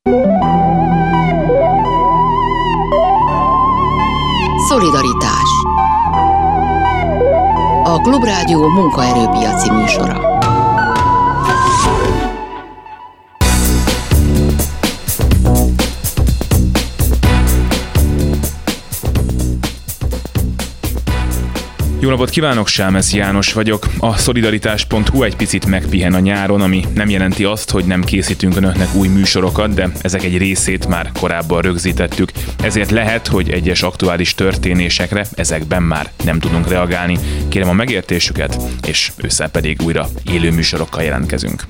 Szolidaritás. A Klubrádió munkaerőpiaci műsora. Jó napot kívánok, Sámesz János vagyok. A Szolidaritás.hu egy picit megpihen a nyáron, ami nem jelenti azt, hogy nem készítünk önöknek új műsorokat, de ezek egy részét már korábban rögzítettük. Ezért lehet, hogy egyes aktuális történésekre ezekben már nem tudunk reagálni. Kérem a megértésüket, és ősszel pedig újra élő műsorokkal jelentkezünk.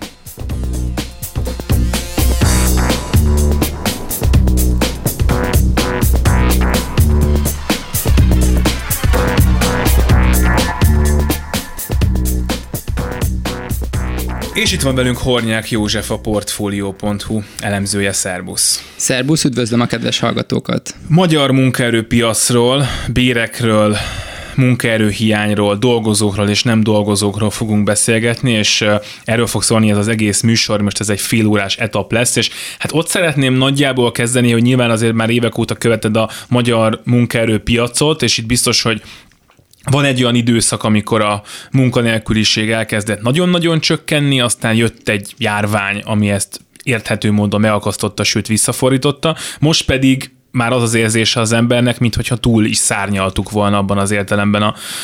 És itt van velünk Hornyák József, a Portfolio.hu elemzője. Szerbusz! Szerbusz, üdvözlöm a kedves hallgatókat! Magyar munkaerőpiacról, bérekről, munkaerőhiányról, dolgozókról és nem dolgozókról fogunk beszélgetni, és erről fog szólni ez az egész műsor, most ez egy félórás etap lesz, és hát ott szeretném nagyjából kezdeni, hogy nyilván azért már évek óta követed a magyar munkaerőpiacot, és itt biztos, hogy van egy olyan időszak, amikor a munkanélküliség elkezdett nagyon-nagyon csökkenni, aztán jött egy járvány, ami ezt érthető módon megakasztotta, sőt visszafordította. Most pedig már az az érzése az embernek, minthogyha túl is szárnyaltuk volna abban az értelemben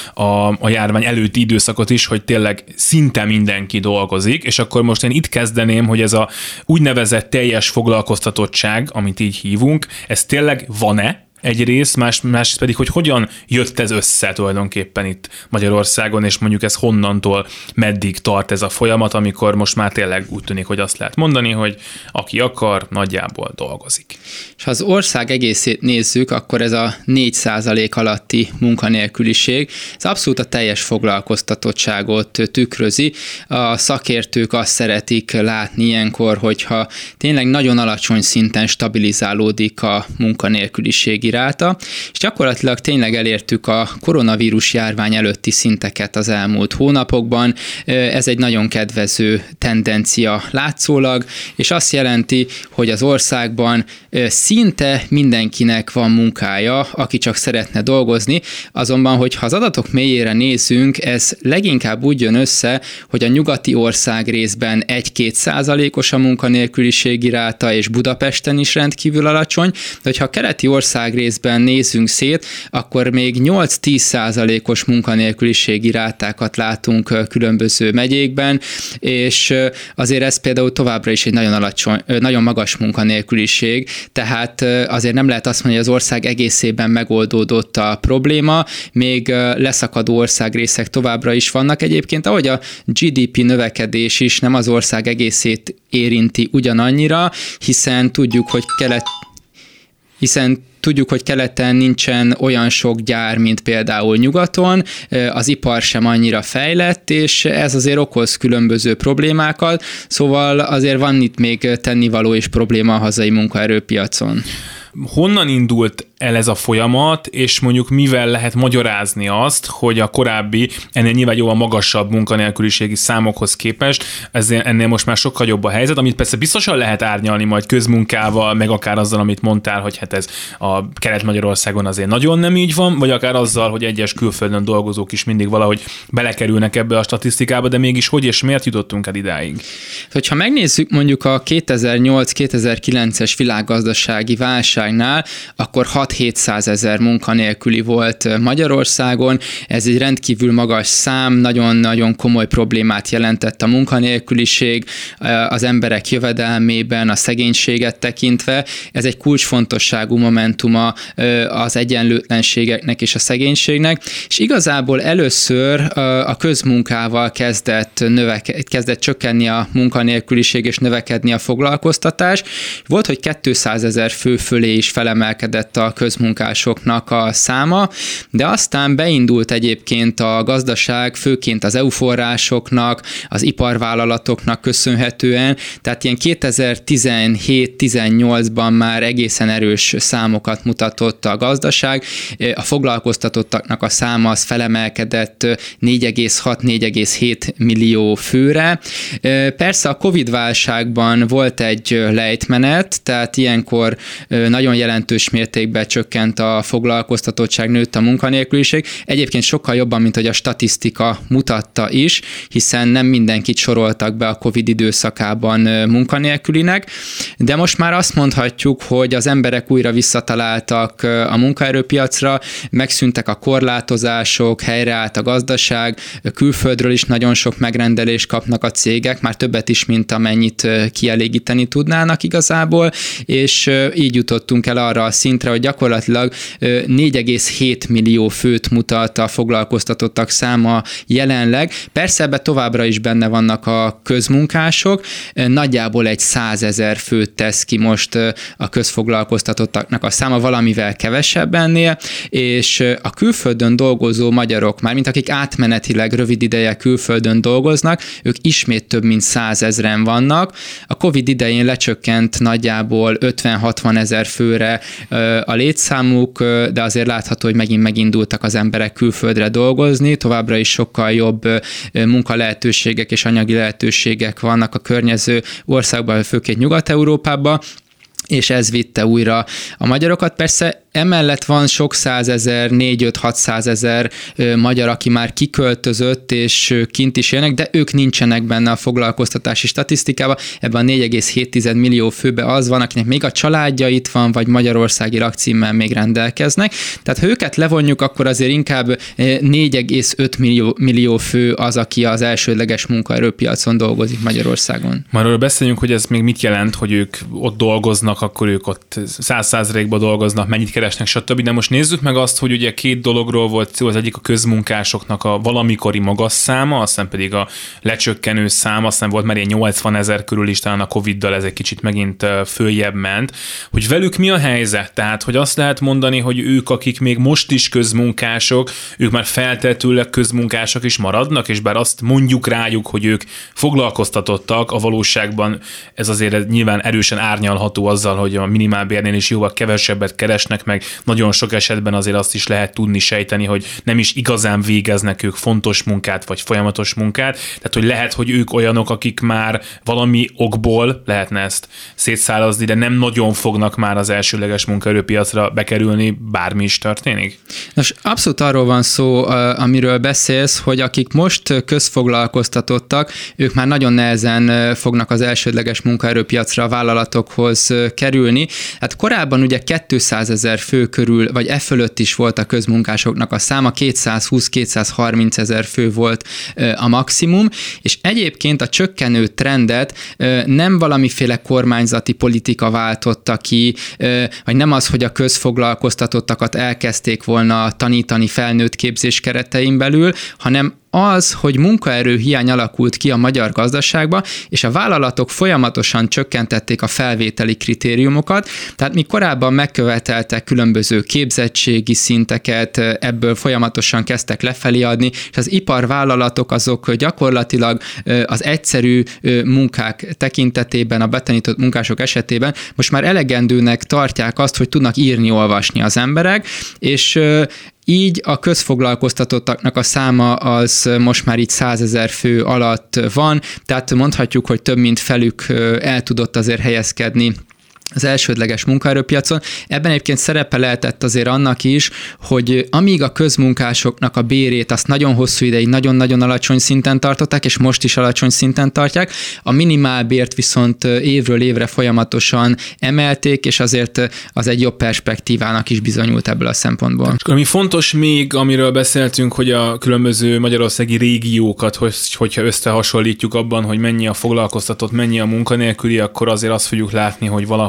a járvány előtti időszakot is, hogy tényleg szinte mindenki dolgozik, és akkor most én itt kezdeném, hogy ez a úgynevezett teljes foglalkoztatottság, amit így hívunk, ez tényleg van-e? Egyrészt, másrészt pedig, hogy hogyan jött ez össze tulajdonképpen itt Magyarországon, és mondjuk ez honnantól meddig tart ez a folyamat, amikor most már tényleg úgy tűnik, hogy azt lehet mondani, hogy aki akar, nagyjából dolgozik. És ha az ország egészét nézzük, akkor ez a 4% alatti munkanélküliség, ez abszolút a teljes foglalkoztatottságot tükrözi. A szakértők azt szeretik látni ilyenkor, hogyha tényleg nagyon alacsony szinten stabilizálódik a munkanélküliség iráta, és gyakorlatilag tényleg elértük a koronavírus járvány előtti szinteket az elmúlt hónapokban. Ez egy nagyon kedvező tendencia látszólag, és azt jelenti, hogy az országban szinte mindenkinek van munkája, aki csak szeretne dolgozni, azonban, hogyha az adatok mélyére nézünk, ez leginkább úgy jön össze, hogy a nyugati ország részben 1-2% a munkanélküliség iráta, és Budapesten is rendkívül alacsony, de hogyha a keleti ország részben nézzünk szét, akkor még 8-10%-os munkanélküliségi rátákat látunk különböző megyékben, és azért ez például továbbra is egy nagyon magas munkanélküliség, tehát azért nem lehet azt mondani, hogy az ország egészében megoldódott a probléma, még leszakadó országrészek továbbra is vannak. Egyébként, ahogy a GDP növekedés is nem az ország egészét érinti ugyanannyira, hiszen tudjuk, hogy keleten nincsen olyan sok gyár, mint például nyugaton, az ipar sem annyira fejlett, és ez azért okoz különböző problémákat, szóval azért van itt még tennivaló és probléma a hazai munkaerőpiacon. Honnan indult el ez a folyamat, és mondjuk mivel lehet magyarázni azt, hogy a korábbi, ennél nyilván jóval magasabb munkanélküliségi számokhoz képest, ennél most már sokkal jobb a helyzet, amit persze biztosan lehet árnyalni majd közmunkával, meg akár azzal, amit mondtál, hogy hát ez a Kelet-Magyarországon azért nagyon nem így van, vagy akár azzal, hogy egyes külföldön dolgozók is mindig valahogy belekerülnek ebbe a statisztikába, de mégis hogy és miért jutottunk el idáig? Hogyha megnézzük mondjuk a 2008-2009-es világgazdasági válságnál, akkor 6-700 ezer munkanélküli volt Magyarországon. Ez egy rendkívül magas szám, nagyon-nagyon komoly problémát jelentett a munkanélküliség az emberek jövedelmében, a szegénységet tekintve. Ez egy kulcsfontosságú momentuma az egyenlőtlenségeknek és a szegénységnek, és igazából először a közmunkával kezdett csökkenni a munkanélküliség és növekedni a foglalkoztatás. Volt, hogy 200 ezer fő fölé is felemelkedett a közmunkásoknak a száma, de aztán beindult egyébként a gazdaság, főként az EU forrásoknak, az iparvállalatoknak köszönhetően, tehát ilyen 2017-18-ban már egészen erős számokat mutatott a gazdaság, a foglalkoztatottaknak a száma az felemelkedett 4,6-4,7 millió főre. Persze a Covid-válságban volt egy lejtmenet, tehát ilyenkor nagyon jelentős mértékben csökkent a foglalkoztatottság, nőtt a munkanélküliség. Egyébként sokkal jobban, mint hogy a statisztika mutatta is, hiszen nem mindenkit soroltak be a Covid időszakában munkanélkülinek, de most már azt mondhatjuk, hogy az emberek újra visszataláltak a munkaerőpiacra, megszűntek a korlátozások, helyreállt a gazdaság, külföldről is nagyon sok megrendelést kapnak a cégek, már többet is, mint amennyit kielégíteni tudnának igazából, és így jutottunk el arra a szintre, hogy gyakorlatilag 4,7 millió főt mutat a foglalkoztatottak száma jelenleg. Persze ebben továbbra is benne vannak a közmunkások, nagyjából egy 100 000 főt tesz ki most a közfoglalkoztatottaknak a száma, valamivel kevesebb ennél, és a külföldön dolgozó magyarok, mármint akik átmenetileg rövid ideje külföldön dolgoznak, ők ismét több mint 100 000-en vannak. A Covid idején lecsökkent nagyjából 50-60 000 főre a létszámuk, de azért látható, hogy megint megindultak az emberek külföldre dolgozni, továbbra is sokkal jobb munkalehetőségek és anyagi lehetőségek vannak a környező országban, főként Nyugat-Európában, és ez vitte újra a magyarokat. Persze emellett van sok 100 000, 4-5-600 000 magyar, aki már kiköltözött, és kint is élnek, de ők nincsenek benne a foglalkoztatási statisztikában. Ebben a 4,7 millió főben az van, akinek még a családja itt van, vagy magyarországi lakcímmel még rendelkeznek. Tehát ha őket levonjuk, akkor azért inkább 4,5 millió fő az, aki az elsődleges munkaerőpiacon dolgozik Magyarországon. Már arról beszéljünk, hogy ez még mit jelent, hogy ők ott dolgoznak, akkor ők ott 100%-ban dolgoznak, mennyit keresnek, stb. De most nézzük meg azt, hogy ugye két dologról volt szó, az egyik a közmunkásoknak a valamikori magas száma, aztán pedig a lecsökkenő száma, aztán volt már ilyen 80 000 körül is, talán a Covid-dal ez egy kicsit megint följebb ment, hogy velük mi a helyzet? Tehát, hogy azt lehet mondani, hogy ők, akik még most is közmunkások, ők már feltétlenül közmunkások is maradnak, és bár azt mondjuk rájuk, hogy ők foglalkoztatottak, a valóságban ez azért nyilván erősen árnyalható azzal, hogy a minimálbérnél is jóval kevesebbet keresnek, meg nagyon sok esetben azért azt is lehet tudni, sejteni, hogy nem is igazán végeznek ők fontos munkát, vagy folyamatos munkát. Tehát, hogy lehet, hogy ők olyanok, akik már valami okból, lehetne ezt szétszálazni, de nem nagyon fognak már az elsőleges munkaerőpiacra bekerülni, bármi is történik? Nos, abszolút arról van szó, amiről beszélsz, hogy akik most közfoglalkoztatottak, ők már nagyon nehezen fognak az elsődleges munkaerőpiacra a vállalatokhoz kerülni. Hát korábban ugye 200 000 fő körül, vagy e fölött is volt a közmunkásoknak a száma, 220-230 000 fő volt a maximum, és egyébként a csökkenő trendet nem valamiféle kormányzati politika váltotta ki, vagy nem az, hogy a közfoglalkoztatottakat elkezdték volna tanítani felnőtt képzés keretein belül, hanem az, hogy munkaerő hiány alakult ki a magyar gazdaságban, és a vállalatok folyamatosan csökkentették a felvételi kritériumokat, tehát mi korábban megköveteltek különböző képzettségi szinteket, ebből folyamatosan kezdtek lefelé adni, és az iparvállalatok azok gyakorlatilag az egyszerű munkák tekintetében, a betanított munkások esetében most már elegendőnek tartják azt, hogy tudnak írni, olvasni az emberek, és így a közfoglalkoztatottaknak a száma az most már így 100 000 fő alatt van, tehát mondhatjuk, hogy több mint felük el tudott azért helyezkedni az elsődleges munkaerőpiacon. Ebben egyébként szerepe lehetett azért annak is, hogy amíg a közmunkásoknak a bérét azt nagyon hosszú ideig nagyon-nagyon alacsony szinten tartották, és most is alacsony szinten tartják, a minimálbért viszont évről évre folyamatosan emelték, és azért az egy jobb perspektívának is bizonyult ebből a szempontból. Ami fontos még, amiről beszéltünk, hogy a különböző magyarországi régiókat, hogyha összehasonlítjuk abban, hogy mennyi a foglalkoztatott, mennyi a munkanélküli, akkor azért azt fogjuk látni, hogy valahol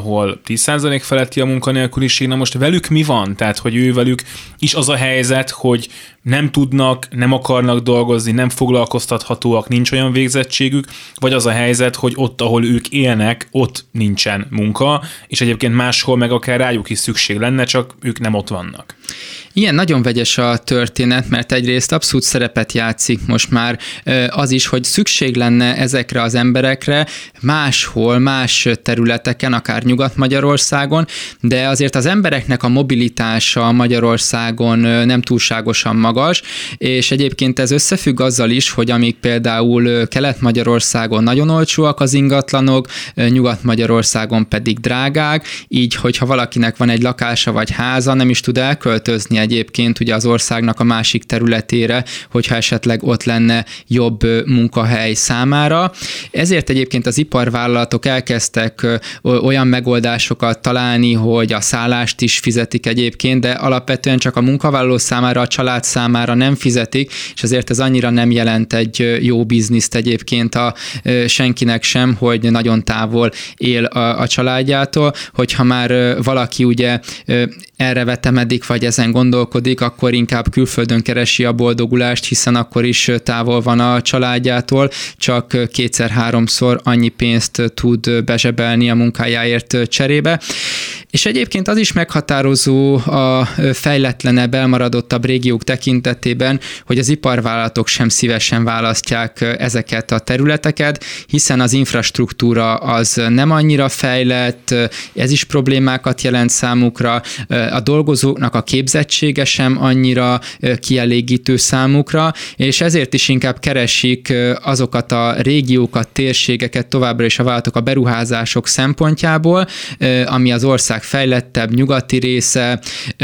ahol 10% feletti a munkanélküliség. Na most velük mi van? Tehát, hogy velük is az a helyzet, hogy nem tudnak, nem akarnak dolgozni, nem foglalkoztathatóak, nincs olyan végzettségük, vagy az a helyzet, hogy ott, ahol ők élnek, ott nincsen munka, és egyébként máshol meg akár rájuk is szükség lenne, csak ők nem ott vannak. Ilyen nagyon vegyes a történet, mert egyrészt abszolút szerepet játszik most már az is, hogy szükség lenne ezekre az emberekre máshol, más területeken, akár Nyugat-Magyarországon, de azért az embereknek a mobilitása Magyarországon nem túlságosan magas, és egyébként ez összefügg azzal is, hogy amíg például Kelet-Magyarországon nagyon olcsóak az ingatlanok, Nyugat-Magyarországon pedig drágák, így, hogyha valakinek van egy lakása vagy háza, nem is tud elköltözni egyébként ugye az országnak a másik területére, hogyha esetleg ott lenne jobb munkahely számára. Ezért egyébként az iparvállalatok elkezdtek olyan megoldásokat találni, hogy a szállást is fizetik egyébként, de alapvetően csak a munkavállaló számára, a család számára nem fizetik, és azért ez annyira nem jelent egy jó bizniszt egyébként senkinek sem, hogy nagyon távol él a családjától, hogyha már valaki ugye erre vetemedik, vagy ezen gondolkodik, akkor inkább külföldön keresi a boldogulást, hiszen akkor is távol van a családjától, csak 2-3-szor annyi pénzt tud bezsebelni a munkájáért cserébe. És egyébként az is meghatározó a fejletlenebb, elmaradottabb régiók tekintetében, hogy az iparvállalatok sem szívesen választják ezeket a területeket, hiszen az infrastruktúra az nem annyira fejlett, ez is problémákat jelent számukra, a dolgozóknak a képzettsége sem annyira kielégítő számukra, és ezért is inkább keresik azokat a régiókat, térségeket továbbra is a vállalatok a beruházások szempontjából, ami az ország fejlettebb, nyugati része,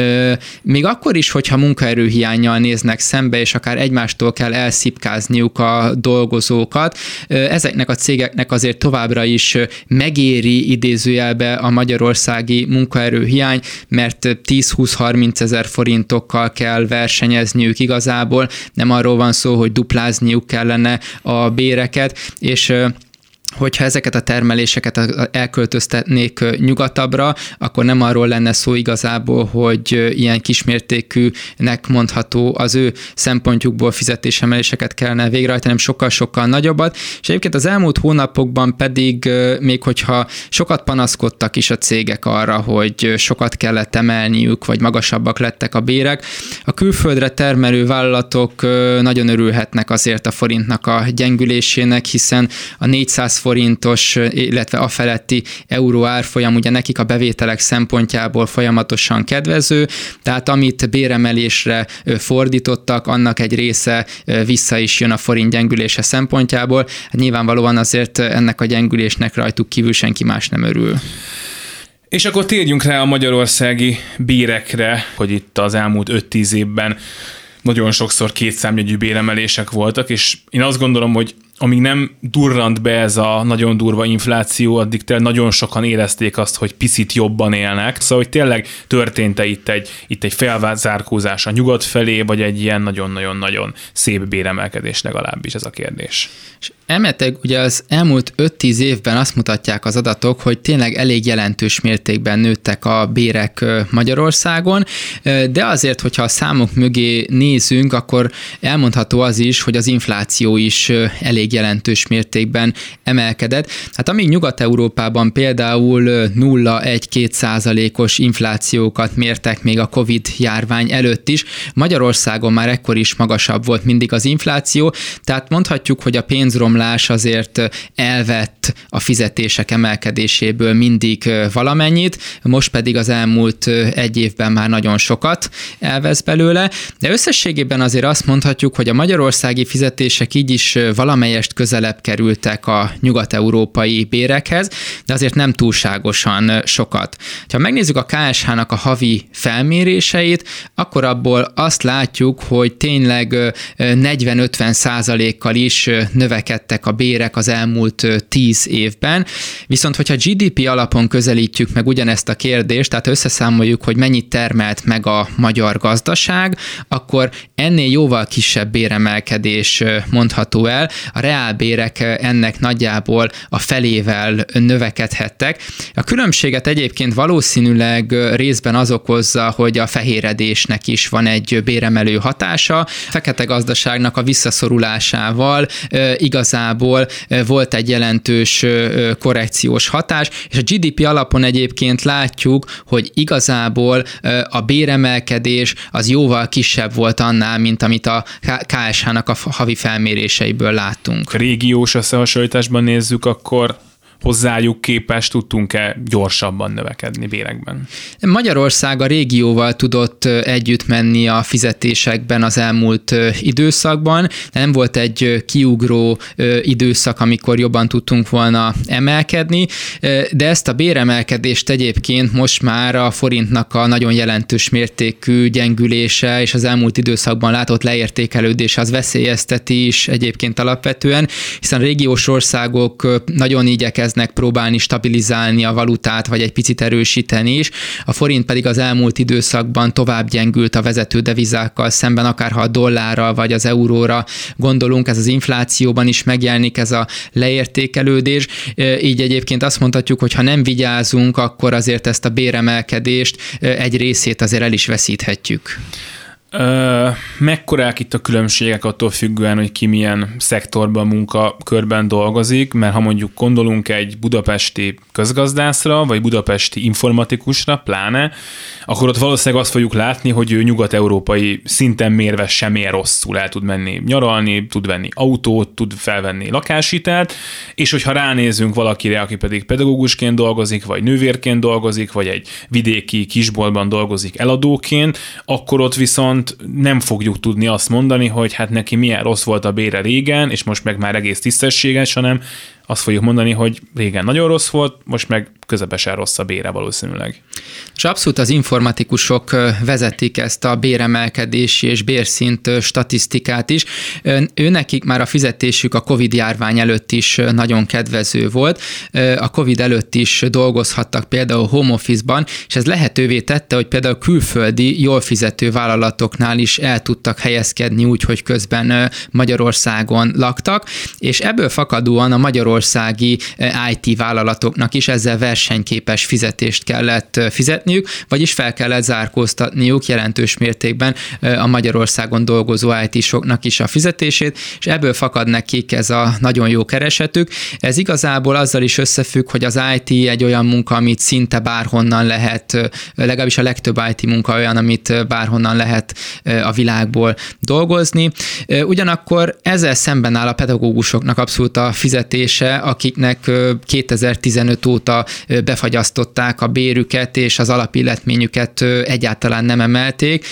még akkor is, hogyha munkaerőhiánnyal néznek szembe, és akár egymástól kell elszipkázniuk a dolgozókat, ezeknek a cégeknek azért továbbra is megéri idézőjelbe a magyarországi munkaerőhiány, mert 10-20-30 ezer forintokkal kell versenyezniük igazából, nem arról van szó, hogy duplázniuk kellene a béreket, és hogyha ezeket a termeléseket elköltöztetnék nyugatabbra, akkor nem arról lenne szó igazából, hogy ilyen kismértékűnek mondható az ő szempontjukból fizetésemeléseket kellene végrehajtani, hanem sokkal-sokkal nagyobbat. És egyébként az elmúlt hónapokban pedig, még hogyha sokat panaszkodtak is a cégek arra, hogy sokat kellett emelniük, vagy magasabbak lettek a bérek, a külföldre termelő vállalatok nagyon örülhetnek azért a forintnak a gyengülésének, hiszen a 400 forintos, illetve a feletti euró árfolyam ugye nekik a bevételek szempontjából folyamatosan kedvező, tehát amit béremelésre fordítottak, annak egy része vissza is jön a forint gyengülése szempontjából. Nyilvánvalóan azért ennek a gyengülésnek rajtuk kívül senki más nem örül. És akkor térjünk rá a magyarországi bérekre, hogy itt az elmúlt 5-10 évben nagyon sokszor kétszámjegyű béremelések voltak, és én azt gondolom, hogy amíg nem durrant be ez a nagyon durva infláció, addig nagyon sokan érezték azt, hogy picit jobban élnek. Szóval, hogy tényleg történt-e itt egy felzárkózás a nyugat felé, vagy egy ilyen nagyon-nagyon-nagyon szép béremelkedés legalábbis, ez a kérdés. És emeltek ugye az elmúlt 5-10 évben azt mutatják az adatok, hogy tényleg elég jelentős mértékben nőttek a bérek Magyarországon, de azért, hogyha a számok mögé nézünk, akkor elmondható az is, hogy az infláció is elég jelentős mértékben emelkedett. Hát amíg Nyugat-Európában például 0,1-2%-os inflációkat mértek még a Covid járvány előtt is, Magyarországon már ekkor is magasabb volt mindig az infláció, tehát mondhatjuk, hogy a pénzromlás azért elvett a fizetések emelkedéséből mindig valamennyit, most pedig az elmúlt egy évben már nagyon sokat elvesz belőle, de összességében azért azt mondhatjuk, hogy a magyarországi fizetések így is valamelyest közelebb kerültek a nyugat-európai bérekhez, de azért nem túlságosan sokat. Ha megnézzük a KSH-nak a havi felméréseit, akkor abból azt látjuk, hogy tényleg 40-50%-kal is növekedtek a bérek az elmúlt 10 évben, viszont hogyha GDP alapon közelítjük meg ugyanezt a kérdést, tehát összeszámoljuk, hogy mennyit termelt meg a magyar gazdaság, akkor ennél jóval kisebb béremelkedés mondható el. A reálbérek ennek nagyjából a felével növekedhettek. A különbséget egyébként valószínűleg részben az okozza, hogy a fehéredésnek is van egy béremelő hatása. A fekete gazdaságnak a visszaszorulásával igazából volt egy jelentős korrekciós hatás, és a GDP alapon egyébként látjuk, hogy igazából a béremelkedés az jóval kisebb volt annál, mint amit a KSH-nak a havi felméréseiből láttunk. Régiós összehasonlításban nézzük, akkor hozzájuk képest tudtunk-e gyorsabban növekedni bérekben? Magyarország a régióval tudott együtt menni a fizetésekben az elmúlt időszakban. Nem volt egy kiugró időszak, amikor jobban tudtunk volna emelkedni, de ezt a béremelkedést egyébként most már a forintnak a nagyon jelentős mértékű gyengülése és az elmúlt időszakban látott leértékelődés az veszélyezteti is egyébként alapvetően, hiszen régiós országok nagyon igyekeznek próbálni stabilizálni a valutát, vagy egy picit erősíteni is. A forint pedig az elmúlt időszakban tovább gyengült a vezető devizákkal szemben, akárha a dollárral vagy az euróra gondolunk, ez az inflációban is megjelenik ez a leértékelődés. Így egyébként azt mondhatjuk, hogy ha nem vigyázunk, akkor azért ezt a béremelkedést egy részét azért el is veszíthetjük. Mekkorák itt a különbségek attól függően, hogy ki milyen szektorban, munkakörben dolgozik, mert ha mondjuk gondolunk egy budapesti közgazdászra, vagy budapesti informatikusra, pláne, akkor ott valószínűleg azt fogjuk látni, hogy ő nyugat-európai szinten mérve sem ér rosszul, el tud menni nyaralni, tud venni autót, tud felvenni lakáshitelt, és hogyha ránézünk valakire, aki pedig pedagógusként dolgozik, vagy nővérként dolgozik, vagy egy vidéki kisboltban dolgozik eladóként, akkor ott viszont nem fogjuk tudni azt mondani, hogy hát neki milyen rossz volt a bére régen, és most meg már egész tisztességes, hanem azt fogjuk mondani, hogy régen nagyon rossz volt, most meg közepesen rossz a bére valószínűleg. És abszolút az informatikusok vezetik ezt a béremelkedési és bérszint statisztikát is. Őnekik már a fizetésük a Covid-járvány előtt is nagyon kedvező volt. A Covid előtt is dolgozhattak például home office-ban, és ez lehetővé tette, hogy például külföldi, jól fizető vállalatoknál is el tudtak helyezkedni úgy, hogy közben Magyarországon laktak, és ebből fakadóan a magyarországi IT vállalatoknak is ezzel versenyképes fizetést kellett fizetniük, vagyis fel kellett zárkóztatniuk jelentős mértékben a Magyarországon dolgozó IT-soknak is a fizetését, és ebből fakad nekik ez a nagyon jó keresetük. Ez igazából azzal is összefügg, hogy az IT egy olyan munka, amit szinte bárhonnan lehet, legalábbis a legtöbb IT munka olyan, amit bárhonnan lehet a világból dolgozni. Ugyanakkor ezzel szemben áll a pedagógusoknak abszolút a fizetése, akiknek 2015 óta befagyasztották a bérüket, és az alapilletményüket egyáltalán nem emelték.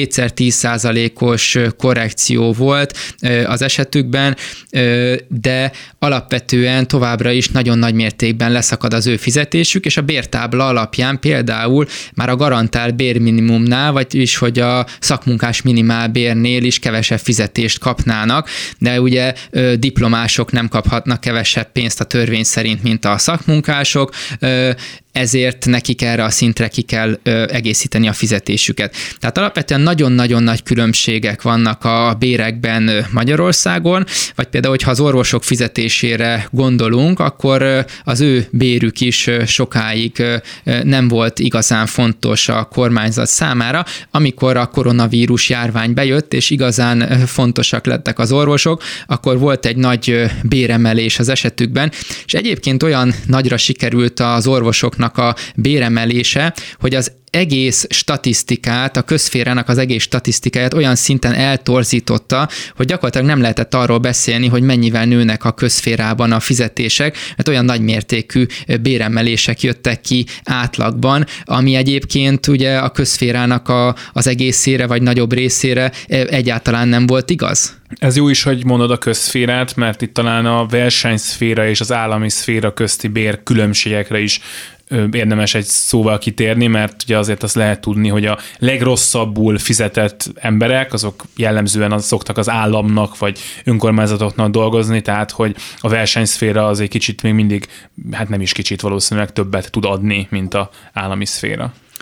2x10%-os korrekció volt az esetükben, de alapvetően továbbra is nagyon nagy mértékben leszakad az ő fizetésük, és a bértábla alapján például már a garantált bérminimumnál, vagyis hogy a szakmunkás minimálbérnél is kevesebb fizetést kapnának, de ugye diplomások nem kaphatnak kevesebb pénzt a törvény szerint, mint a szakmunkások, ezért nekik erre a szintre ki kell egészíteni a fizetésüket. Tehát alapvetően nagyon-nagyon nagy különbségek vannak a bérekben Magyarországon, vagy például, hogyha az orvosok fizetésére gondolunk, akkor az ő bérük is sokáig nem volt igazán fontos a kormányzat számára, amikor a koronavírus járvány bejött, és igazán fontosak lettek az orvosok, akkor volt egy nagy béremelés az esetükben, és egyébként olyan nagyra sikerült az orvosoknak a béremelése, hogy az egész statisztikát, a közszférának az egész statisztikáját olyan szinten eltorzította, hogy gyakorlatilag nem lehetett arról beszélni, hogy mennyivel nőnek a közszférában a fizetések, mert olyan nagy mértékű béremelések jöttek ki átlagban, ami egyébként ugye a közszférának az egészére vagy nagyobb részére egyáltalán nem volt igaz. Ez jó is, hogy mondod a közszférát, mert itt talán a versenyszféra és az állami szféra közti bér különbségekre is érdemes egy szóval kitérni, mert ugye azért azt lehet tudni, hogy a legrosszabbul fizetett emberek, azok jellemzően szoktak az államnak vagy önkormányzatoknak dolgozni, tehát hogy a versenyszféra az egy kicsit még mindig, hát nem is kicsit, valószínűleg többet tud adni, mint az állami szféra.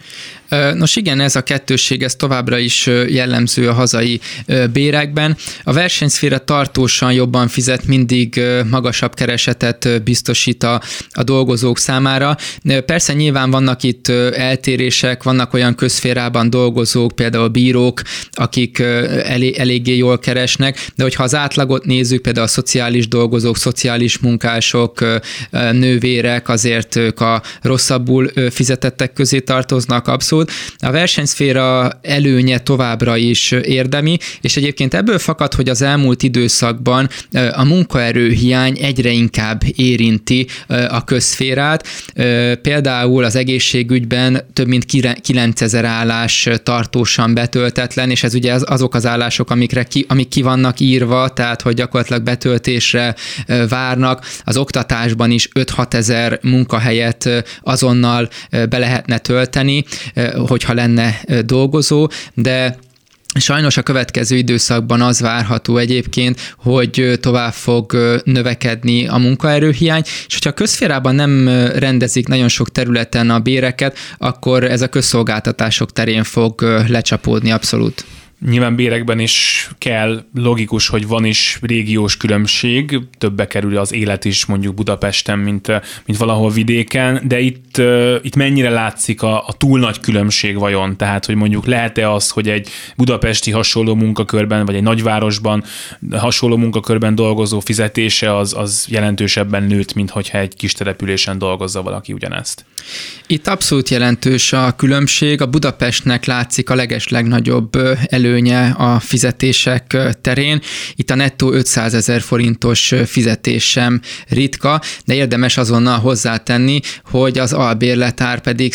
Nos igen, ez a kettősség, ez továbbra is jellemző a hazai bérekben. A versenyszféra tartósan jobban fizet, mindig magasabb keresetet biztosít a dolgozók számára. Persze nyilván vannak itt eltérések, vannak olyan közszférában dolgozók, például bírók, akik eléggé jól keresnek, de hogyha az átlagot nézzük, például a szociális dolgozók, szociális munkások, nővérek, azért ők a rosszabbul fizetettek közé tartoznak abszolút. A versenyszféra előnye továbbra is érdemi, és egyébként ebből fakad, hogy az elmúlt időszakban a munkaerőhiány egyre inkább érinti a közszférát. Például az egészségügyben több mint 9000 állás tartósan betöltetlen, és ez ugye azok az állások, amik ki vannak írva, tehát hogy gyakorlatilag betöltésre várnak. Az oktatásban is 5-6 ezer munkahelyet azonnal be lehetne tölteni, hogyha lenne dolgozó, de sajnos a következő időszakban az várható egyébként, hogy tovább fog növekedni a munkaerőhiány, és hogyha a közszférában nem rendezik nagyon sok területen a béreket, akkor ez a közszolgáltatások terén fog lecsapódni abszolút. Nyilván bérekben is kell, logikus, hogy van is régiós különbség, többe kerül az élet is mondjuk Budapesten, mint valahol vidéken, de itt mennyire látszik a túl nagy különbség vajon? Tehát, hogy mondjuk lehet-e az, hogy egy budapesti hasonló munkakörben, vagy egy nagyvárosban hasonló munkakörben dolgozó fizetése az jelentősebben nőtt, mint hogyha egy kis településen dolgozza valaki ugyanezt? Itt abszolút jelentős a különbség. A Budapestnek látszik a legeslegnagyobb előnye a fizetések terén. Itt a nettó 500 000 forintos fizetés sem ritka, de érdemes azonnal hozzátenni, hogy az albérletár pedig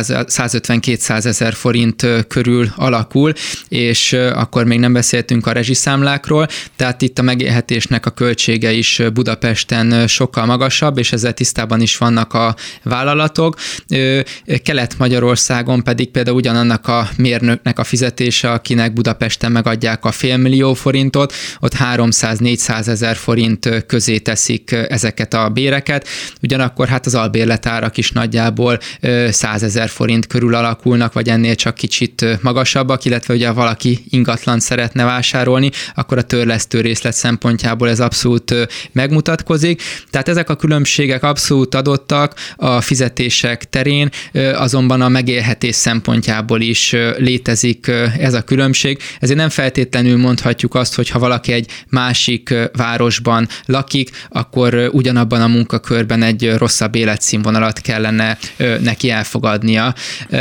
150-200 000 forint körül alakul, és akkor még nem beszéltünk a rezsiszámlákról, tehát itt a megélhetésnek a költsége is Budapesten sokkal magasabb, és ezzel tisztában is vannak a vállalatok. Kelet-Magyarországon pedig például ugyanannak a mérnöknek a fizetése, akinek Budapesten megadják a 500 000 forintot, ott 300-400 000 forint közé teszik ezeket a béreket, ugyanakkor hát az albérletárak is nagyjából 100 000 forint körül alakulnak, vagy ennél csak kicsit magasabbak, illetve ugye ha valaki ingatlant szeretne vásárolni, akkor a törlesztő részlet szempontjából ez abszolút megmutatkozik. Tehát ezek a különbségek abszolút adottak a fizetések terén, azonban a megélhetés szempontjából is létezik ez a különbség. Ezért nem feltétlenül mondhatjuk azt, hogy ha valaki egy másik városban lakik, akkor ugyanabban a munkakörben egy rosszabb életszínvonalat kellene neki elfogadnia.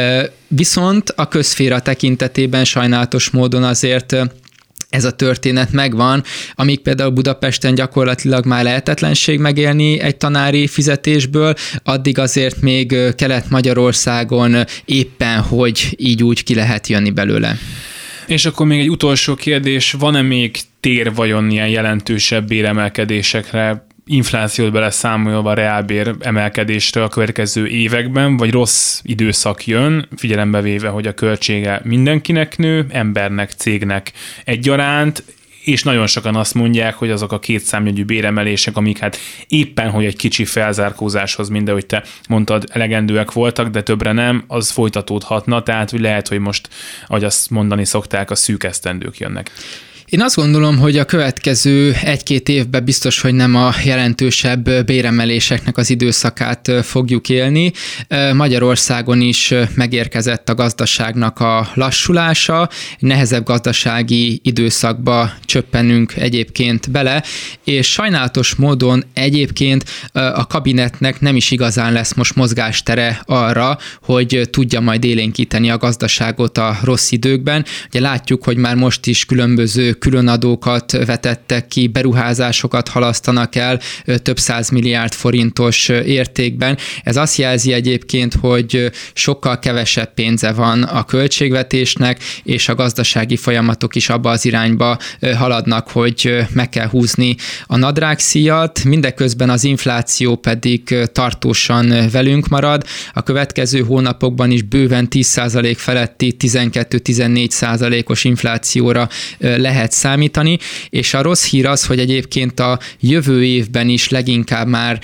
Viszont a közszféra tekintetében sajnálatos módon azért ez a történet megvan, amíg például Budapesten gyakorlatilag már lehetetlenség megélni egy tanári fizetésből, addig azért még Kelet-Magyarországon éppen hogy így úgy ki lehet jönni belőle. És akkor még egy utolsó kérdés, van-e még tér vajon ilyen jelentősebb béremelkedésekre, inflációt beleszámolva a reálbér emelkedésre a következő években, vagy rossz időszak jön, figyelembe véve, hogy a költsége mindenkinek nő, embernek, cégnek egyaránt, és nagyon sokan azt mondják, hogy azok a kétszámjegyű béremelések, amik hát éppen, hogy egy kicsi felzárkózáshoz, ahogy te mondtad, elegendőek voltak, de többre nem, az folytatódhatna, tehát hogy lehet, hogy most, ahogy azt mondani szokták, a szűk esztendők jönnek. Én azt gondolom, hogy a következő 1-2 évben biztos, hogy nem a jelentősebb béremeléseknek az időszakát fogjuk élni. Magyarországon is megérkezett a gazdaságnak a lassulása, nehezebb gazdasági időszakba csöppenünk egyébként bele, és sajnálatos módon egyébként a kabinetnek nem is igazán lesz most mozgástere arra, hogy tudja majd élénkíteni a gazdaságot a rossz időkben. Ugye látjuk, hogy már most is különböző különadókat vetettek ki, beruházásokat halasztanak el több 100 milliárd forintos értékben. Ez azt jelzi egyébként, hogy sokkal kevesebb pénze van a költségvetésnek, és a gazdasági folyamatok is abba az irányba haladnak, hogy meg kell húzni a nadrágszíjat, mindeközben az infláció pedig tartósan velünk marad. A következő hónapokban is bőven 10% feletti 12-14%-os inflációra lehet lehet számítani, és a rossz hír az, hogy egyébként a jövő évben is leginkább már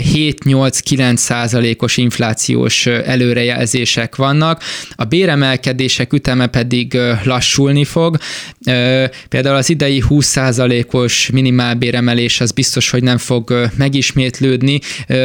7-8-9% inflációs előrejelzések vannak, a béremelkedések üteme pedig lassulni fog. Például az idei 20%-os minimálbéremelés az biztos, hogy nem fog megismétlődni,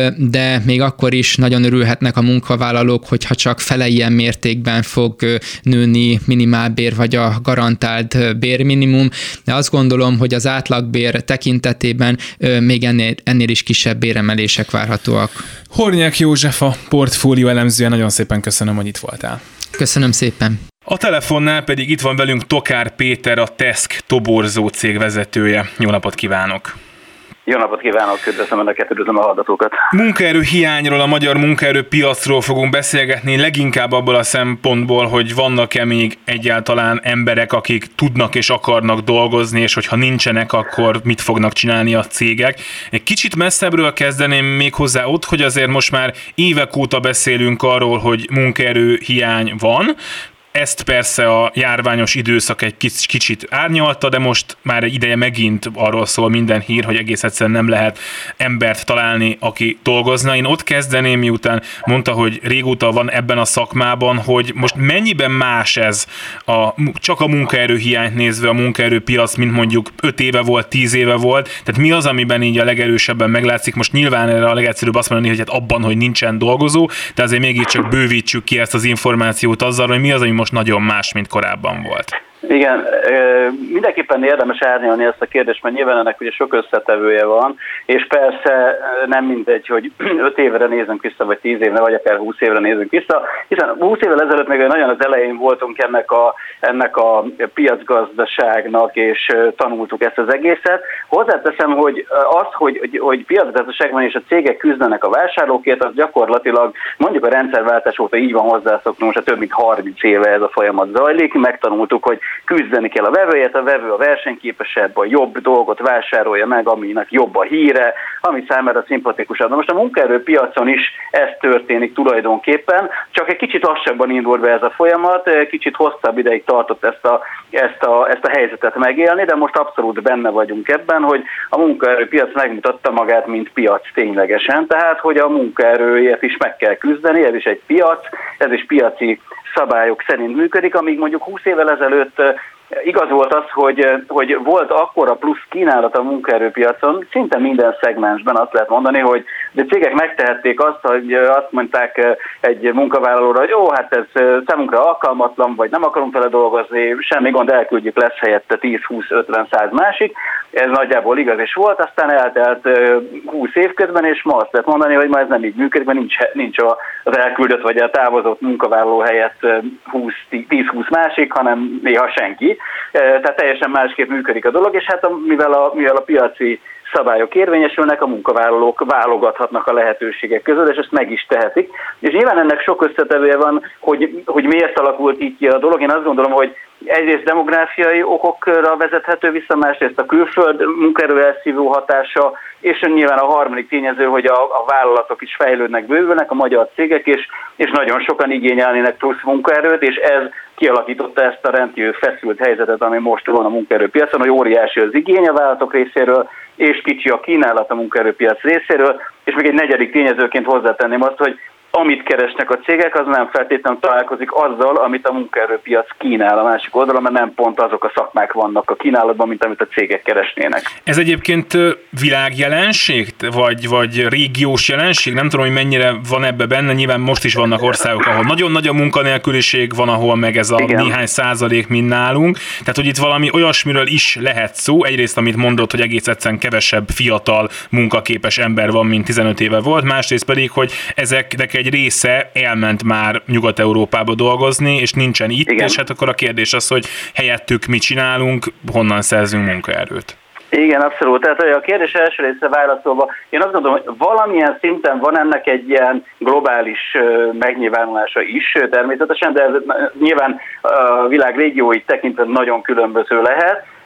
de még akkor is nagyon örülhetnek a munkavállalók, hogyha csak fele ilyen mértékben fog nőni minimálbér vagy a garantált bérminimum, de azt gondolom, hogy az átlagbér tekintetében még ennél is kisebb béremelések várhatóak. Hornyák József, a portfólió elemzője, nagyon szépen köszönöm, hogy itt voltál. Köszönöm szépen. A telefonnál pedig itt van velünk Tokár Péter, a Teszk toborzó cég vezetője. Jó napot kívánok! Jó napot kívánok, üdvözlöm Önöket, üdvözlöm a hallgatókat. Munkaerő hiányról, a magyar munkaerőpiacról fogunk beszélgetni, leginkább abból a szempontból, hogy vannak-e még egyáltalán emberek, akik tudnak és akarnak dolgozni, és hogyha nincsenek, akkor mit fognak csinálni a cégek. Egy kicsit messzebbről kezdeném még hozzá ott, hogy azért most már évek óta beszélünk arról, hogy munkaerő hiány van. Ezt persze a járványos időszak egy kicsit árnyalta, de most már egy ideje megint arról szól minden hír, hogy egész egyszerűen nem lehet embert találni, aki dolgozna. Én ott kezdeném, miután mondta, hogy régóta van ebben a szakmában, hogy most mennyiben más ez csak a munkaerőhiányt nézve a munkaerőpiac, mint mondjuk 5 éve volt, 10 éve volt. Tehát mi az, amiben így a legerősebben meglátszik? Most nyilván erre a legegyszerűbb azt mondani, hogy hát abban, hogy nincsen dolgozó, de azért mégiscsak bővítsük ki ezt az információt azzal, hogy mi az, ami most nagyon más, mint korábban volt. Igen, mindenképpen érdemes árnyalni ezt a kérdést, mert nyilván ennek ugye sok összetevője van, és persze nem mindegy, hogy 5 évre nézünk vissza, vagy 10 évre, vagy akár 20 évre nézünk vissza, hiszen 20 évvel ezelőtt még nagyon az elején voltunk ennek a piacgazdaságnak, és tanultuk ezt az egészet. Hozzáteszem, hogy az, hogy piacgazdaság van, és a cégek küzdenek a vásárlókért, az gyakorlatilag mondjuk a rendszerváltás óta így van hozzászoknunk, most több mint 30 éve ez a folyamat zajlik, megtanultuk, hogy küzdeni kell a vevőért, a vevő a versenyképesebb, a jobb dolgot vásárolja meg, aminek jobb a híre, ami számára szimpatikusabb. Na most a munkaerőpiacon is ez történik tulajdonképpen, csak egy kicsit lassabban indult be ez a folyamat, kicsit hosszabb ideig tartott ezt a helyzetet megélni, de most abszolút benne vagyunk ebben, hogy a munkaerőpiac megmutatta magát, mint piac ténylegesen, tehát hogy a munkaerőért is meg kell küzdeni, ez is egy piac, ez is piaci szabályok szerint működik, amíg mondjuk 20 évvel ezelőtt igaz volt az, hogy volt akkora plusz kínálat a munkaerőpiacon, szinte minden szegmensben azt lehet mondani, hogy a cégek megtehették azt, hogy azt mondták egy munkavállalóra, hogy jó, hát ez számunkra alkalmatlan, vagy nem akarunk vele dolgozni, semmi gond, elküldjük, lesz helyette 10-20-50-100 másik. Ez nagyjából igaz is volt, aztán eltelt 20 év közben, és ma azt lehet mondani, hogy ma ez nem így működik, mert nincs az elküldött vagy a távozott munkavállaló helyett 10-20 másik, hanem néha senki. Tehát teljesen másképp működik a dolog, és hát mivel a piaci szabályok érvényesülnek, a munkavállalók válogathatnak a lehetőségek között, és ezt meg is tehetik. És nyilván ennek sok összetevője van, hogy miért alakult így ki a dolog. Én azt gondolom, hogy egyrészt demográfiai okokra vezethető vissza, másrészt a külföld munkaerő elszívó hatása, és nyilván a harmadik tényező, hogy a vállalatok is fejlődnek, bővülnek, a magyar cégek és nagyon sokan igényelnének plusz munkaerőt, és ez kialakította ezt a rendkívül feszült helyzetet, ami most van a munkaerőpiacon, hogy óriási az igény a vállalatok részéről, és kicsi a kínálat a munkaerőpiac részéről, és még egy negyedik tényezőként hozzátenném azt, hogy amit keresnek a cégek, az nem feltétlenül találkozik azzal, amit a munkaerőpiac kínál a másik oldalon, mert nem pont azok a szakmák vannak a kínálatban, mint amit a cégek keresnének. Ez egyébként világjelenség, vagy régiós jelenség? Nem tudom, hogy mennyire van ebbe benne, nyilván most is vannak országok, ahol nagyon nagy a munkanélküliség, van, ahol meg ez a néhány százalék, mint nálunk. Tehát, hogy itt valami olyasmiről is lehet szó. Egyrészt, amit mondott, hogy egész egyszerűen kevesebb fiatal munkaképes ember van, mint 15 éve volt, másrészt pedig, hogy ezeknek egy része elment már Nyugat-Európába dolgozni, és nincsen itt, és hát akkor a kérdés az, hogy helyettük mit csinálunk, honnan szerzünk munkaerőt. Igen, abszolút. Tehát a kérdés első része válaszolva, én azt gondolom, hogy valamilyen szinten van ennek egy ilyen globális megnyilvánulása is természetesen, de ez nyilván a világ régióit tekintve nagyon különböző lehet.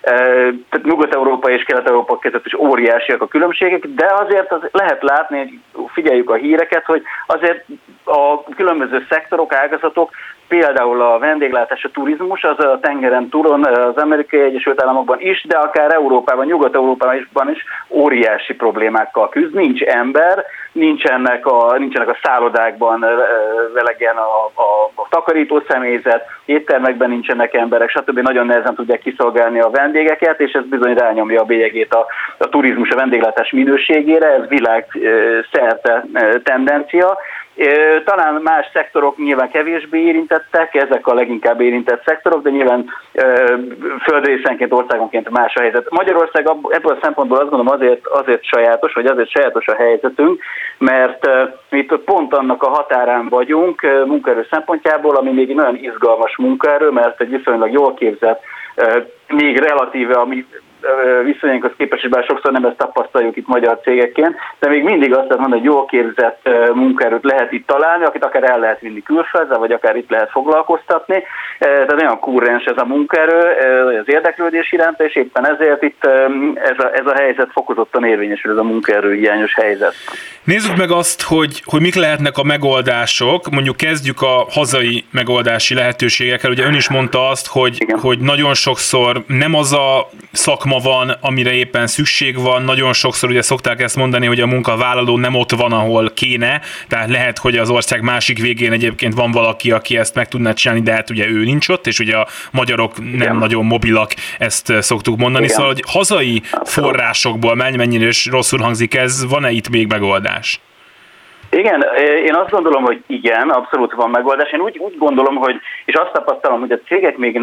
tehát Nyugat-Európa és Kelet-Európa között is óriásiak a különbségek, de azért lehet látni, figyeljük a híreket, hogy azért a különböző szektorok, ágazatok, például a vendéglátás, a turizmus, az a tengeren túlon, az Amerikai Egyesült Államokban is, de akár Európában, Nyugat-Európában is óriási problémákkal küzd. Nincs ember, nincsenek a szállodákban elegen a takarító személyzet, éttermekben nincsenek emberek, stb. Nagyon nehezen tudják kiszolgálni a vendégeket, és ez bizony rányomja a bélyegét a turizmus, a vendéglátás minőségére, ez világszerte tendencia. Talán más szektorok nyilván kevésbé érintettek, ezek a leginkább érintett szektorok, de nyilván földrészenként, országonként más a helyzet. Magyarország ebből a szempontból azt gondolom azért sajátos, vagy azért sajátos a helyzetünk, mert mi itt pont annak a határán vagyunk munkaerő szempontjából, ami még egy nagyon izgalmas munkaerő, mert egy viszonylag jól képzett, még relatíve, ami viszonyainkhoz képest, bár sokszor nem ezt tapasztaljuk itt magyar cégekként, de még mindig azt lehet mondani, hogy jól képzett munkaerőt lehet itt találni, akit akár el lehet vinni külföldre, vagy akár itt lehet foglalkoztatni. Tehát olyan kurrens ez a munkaerő, az érdeklődés iránta, és éppen ezért itt ez a helyzet fokozottan érvényesül, ez a munkaerő hiányos helyzet. Nézzük meg azt, hogy mik lehetnek a megoldások. Mondjuk kezdjük a hazai megoldási lehetőségekkel. Ugye ön is mondta azt, hogy nagyon sokszor nem az a szakma van, amire éppen szükség van. Nagyon sokszor ugye szokták ezt mondani, hogy a munkavállaló nem ott van, ahol kéne. Tehát lehet, hogy az ország másik végén egyébként van valaki, aki ezt meg tudná csinálni, de hát ugye ő nincs ott, és ugye a magyarok nem nagyon mobilak, ezt szoktuk mondani. Szóval, hogy hazai forrásokból mennyire is rosszul hangzik ez, van-e itt még megoldás? Igen, én azt gondolom, hogy igen, abszolút van megoldás. Én úgy gondolom, hogy, és azt tapasztalom, hogy a cégek még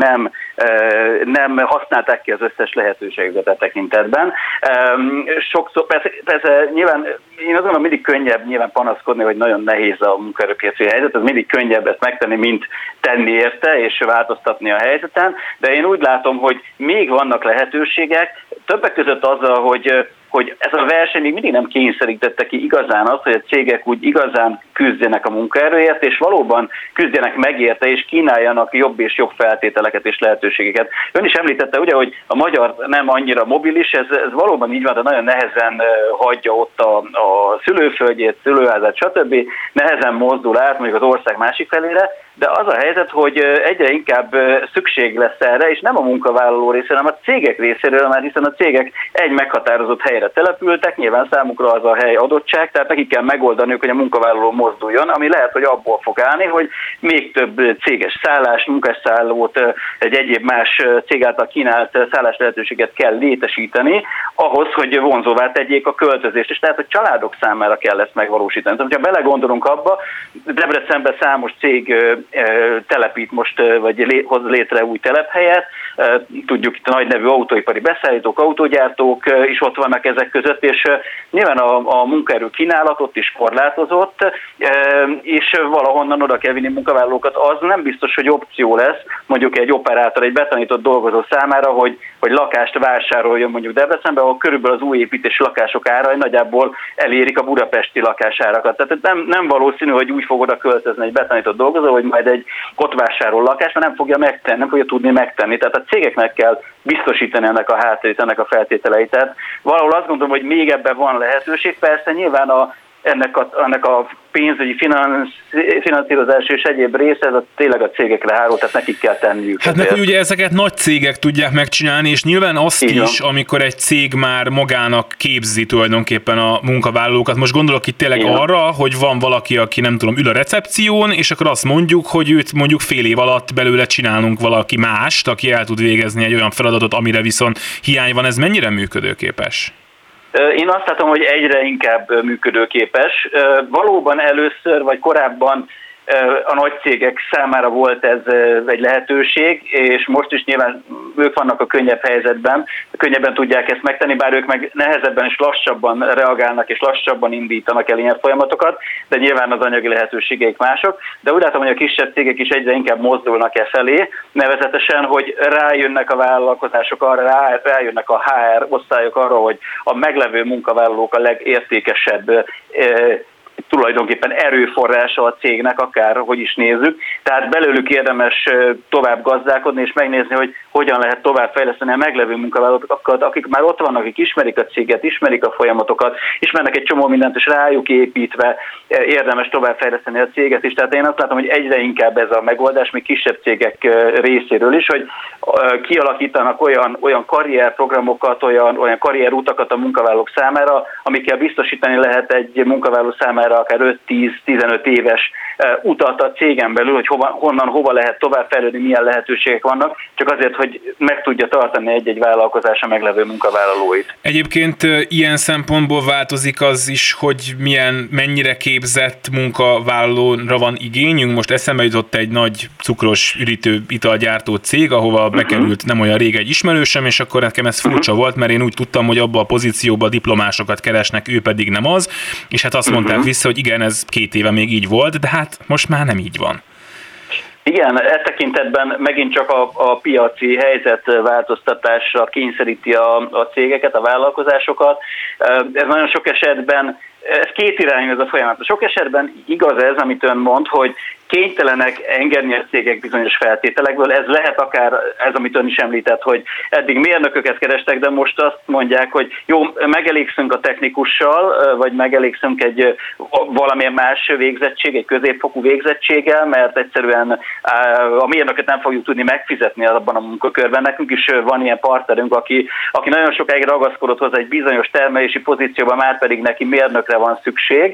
nem használták ki az összes lehetőséget a tekintetben. Sokszor, persze nyilván, én azt gondolom, mindig könnyebb nyilván panaszkodni, hogy nagyon nehéz a munkaerőpiaci helyzet, ez mindig könnyebb ezt megtenni, mint tenni érte és változtatni a helyzeten, de én úgy látom, hogy még vannak lehetőségek, többek között azzal, hogy ez a verseny még mindig nem kényszerítette ki igazán azt, hogy a cégek úgy igazán küzdjenek a munkaerőért, és valóban küzdjenek megérte, és kínáljanak jobb és jobb feltételeket és lehetőségeket. Ön is említette, ugye, hogy a magyar nem annyira mobilis, ez valóban így van, de nagyon nehezen hagyja ott a szülőföldjét, szülőházát, stb. Nehezen mozdul át mondjuk az ország másik felére, de az a helyzet, hogy egyre inkább szükség lesz erre, és nem a munkavállaló részéről, hanem a cégek részéről, mert hiszen a cégek egy meghatározott helyre települtek, nyilván számukra az a hely adottság, tehát nekik kell megoldaniuk, hogy a munkavállaló mozduljon, ami lehet, hogy abból fog állni, hogy még több céges szállást, munkásszállót, egy egyéb más cég által kínált szállás lehetőséget kell létesíteni, ahhoz, hogy vonzóvá tegyék a költözést, és tehát a családok számára kell ezt megvalósítani. Tehát, ha belegondolunk abba, Debrecenben számos cég telepít most, vagy hoz létre új telephelyet, tudjuk itt a nagy nevű autóipari beszállítók, autógyártók is ott vannak ezek között, és nyilván a munkaerő kínálat ott is korlátozott, és valahonnan oda kell vinni munkavállalókat. Az nem biztos, hogy opció lesz, mondjuk egy operátor, egy betanított dolgozó számára, hogy lakást vásároljon mondjuk Debrecenben, ahol körülbelül az új építési lakások árai nagyjából elérik a budapesti lakásárakat. Tehát nem valószínű, hogy úgy fog oda költözni egy betanított dolgozó, hogy majd egy ott vásárol lakást, mert nem fogja megtenni, nem fogja tudni megtenni. Tehát a cégeknek kell biztosítani ennek a hátterét, ennek a feltételeit. Tehát valahol azt gondolom, hogy még ebben van lehetőség. Persze nyilván ennek a pénzügyi finanszírozás és egyéb része, ez tényleg a cégekre hárul, tehát nekik kell tenniük. Hát neki ugye ezeket nagy cégek tudják megcsinálni, és nyilván azt is, amikor egy cég már magának képzi tulajdonképpen a munkavállalókat. Most gondolok itt tényleg arra, hogy van valaki, aki nem tudom, ül a recepción, és akkor azt mondjuk, hogy őt mondjuk fél év alatt belőle csinálunk valaki mást, aki el tud végezni egy olyan feladatot, amire viszont hiány van. Ez mennyire működőképes? Én azt látom, hogy egyre inkább működőképes. Valóban először, vagy korábban a nagy cégek számára volt ez egy lehetőség, és most is nyilván ők vannak a könnyebb helyzetben, könnyebben tudják ezt megtenni, bár ők meg nehezebben és lassabban reagálnak, és lassabban indítanak el ilyen folyamatokat, de nyilván az anyagi lehetőségeik mások. De úgy látom, hogy a kisebb cégek is egyre inkább mozdulnak e felé, nevezetesen, hogy rájönnek a vállalkozások arra, rájönnek a HR osztályok arra, hogy a meglevő munkavállalók a legértékesebb tulajdonképpen erőforrása a cégnek, akár hogy is nézzük. Tehát belőlük érdemes tovább gazdálkodni, és megnézni, hogy hogyan lehet tovább fejleszteni a meglevő munkavállalókat, akik már ott vannak, akik ismerik a céget, ismerik a folyamatokat, ismernek egy csomó mindent, és rájuk építve érdemes tovább fejleszteni a céget is. Tehát én azt látom, hogy egyre inkább ez a megoldás, még kisebb cégek részéről is, hogy kialakítanak olyan karrierprogramokat, olyan karrierutakat a munkavállalók számára, amikkel biztosítani lehet egy munkavállaló számára akár 5-10-15 éves utat a cégen belül, hogy honnan hova lehet továbbfejlődni, milyen lehetőségek vannak, csak azért, hogy meg tudja tartani egy-egy vállalkozás a meglevő munkavállalóit. Egyébként ilyen szempontból változik az is, hogy mennyire képzett munkavállalóra van igényünk. Most eszembe jutott egy nagy cukros üdítő italgyártó cég, ahova bekerült nem olyan rég egy ismerősöm, és akkor nekem ez furcsa volt, mert én úgy tudtam, hogy abba a pozícióba diplomásokat keresnek, ő pedig nem az, és hát azt mondták vissza, hogy igen, ez 2 éve még így volt, de hát most már nem így van. Igen, e tekintetben megint csak a piaci helyzetváltoztatásra kényszeríti a cégeket, a vállalkozásokat. Ez nagyon sok esetben, ez kétirányú ez a folyamat. Sok esetben igaz ez, amit ön mond, hogy kénytelenek engedni a cégek bizonyos feltételekből. Ez lehet akár ez, amit ön is említett, hogy eddig mérnököket kerestek, de most azt mondják, hogy jó, megelégszünk a technikussal, vagy megelégszünk egy valamilyen más végzettség, egy középfokú végzettséggel, mert egyszerűen a mérnököt nem fogjuk tudni megfizetni abban a munkakörben. Nekünk is van ilyen partnerünk, aki nagyon sokáig ragaszkodott hozzá egy bizonyos termelési pozícióban, már pedig neki mérnökre van szükség,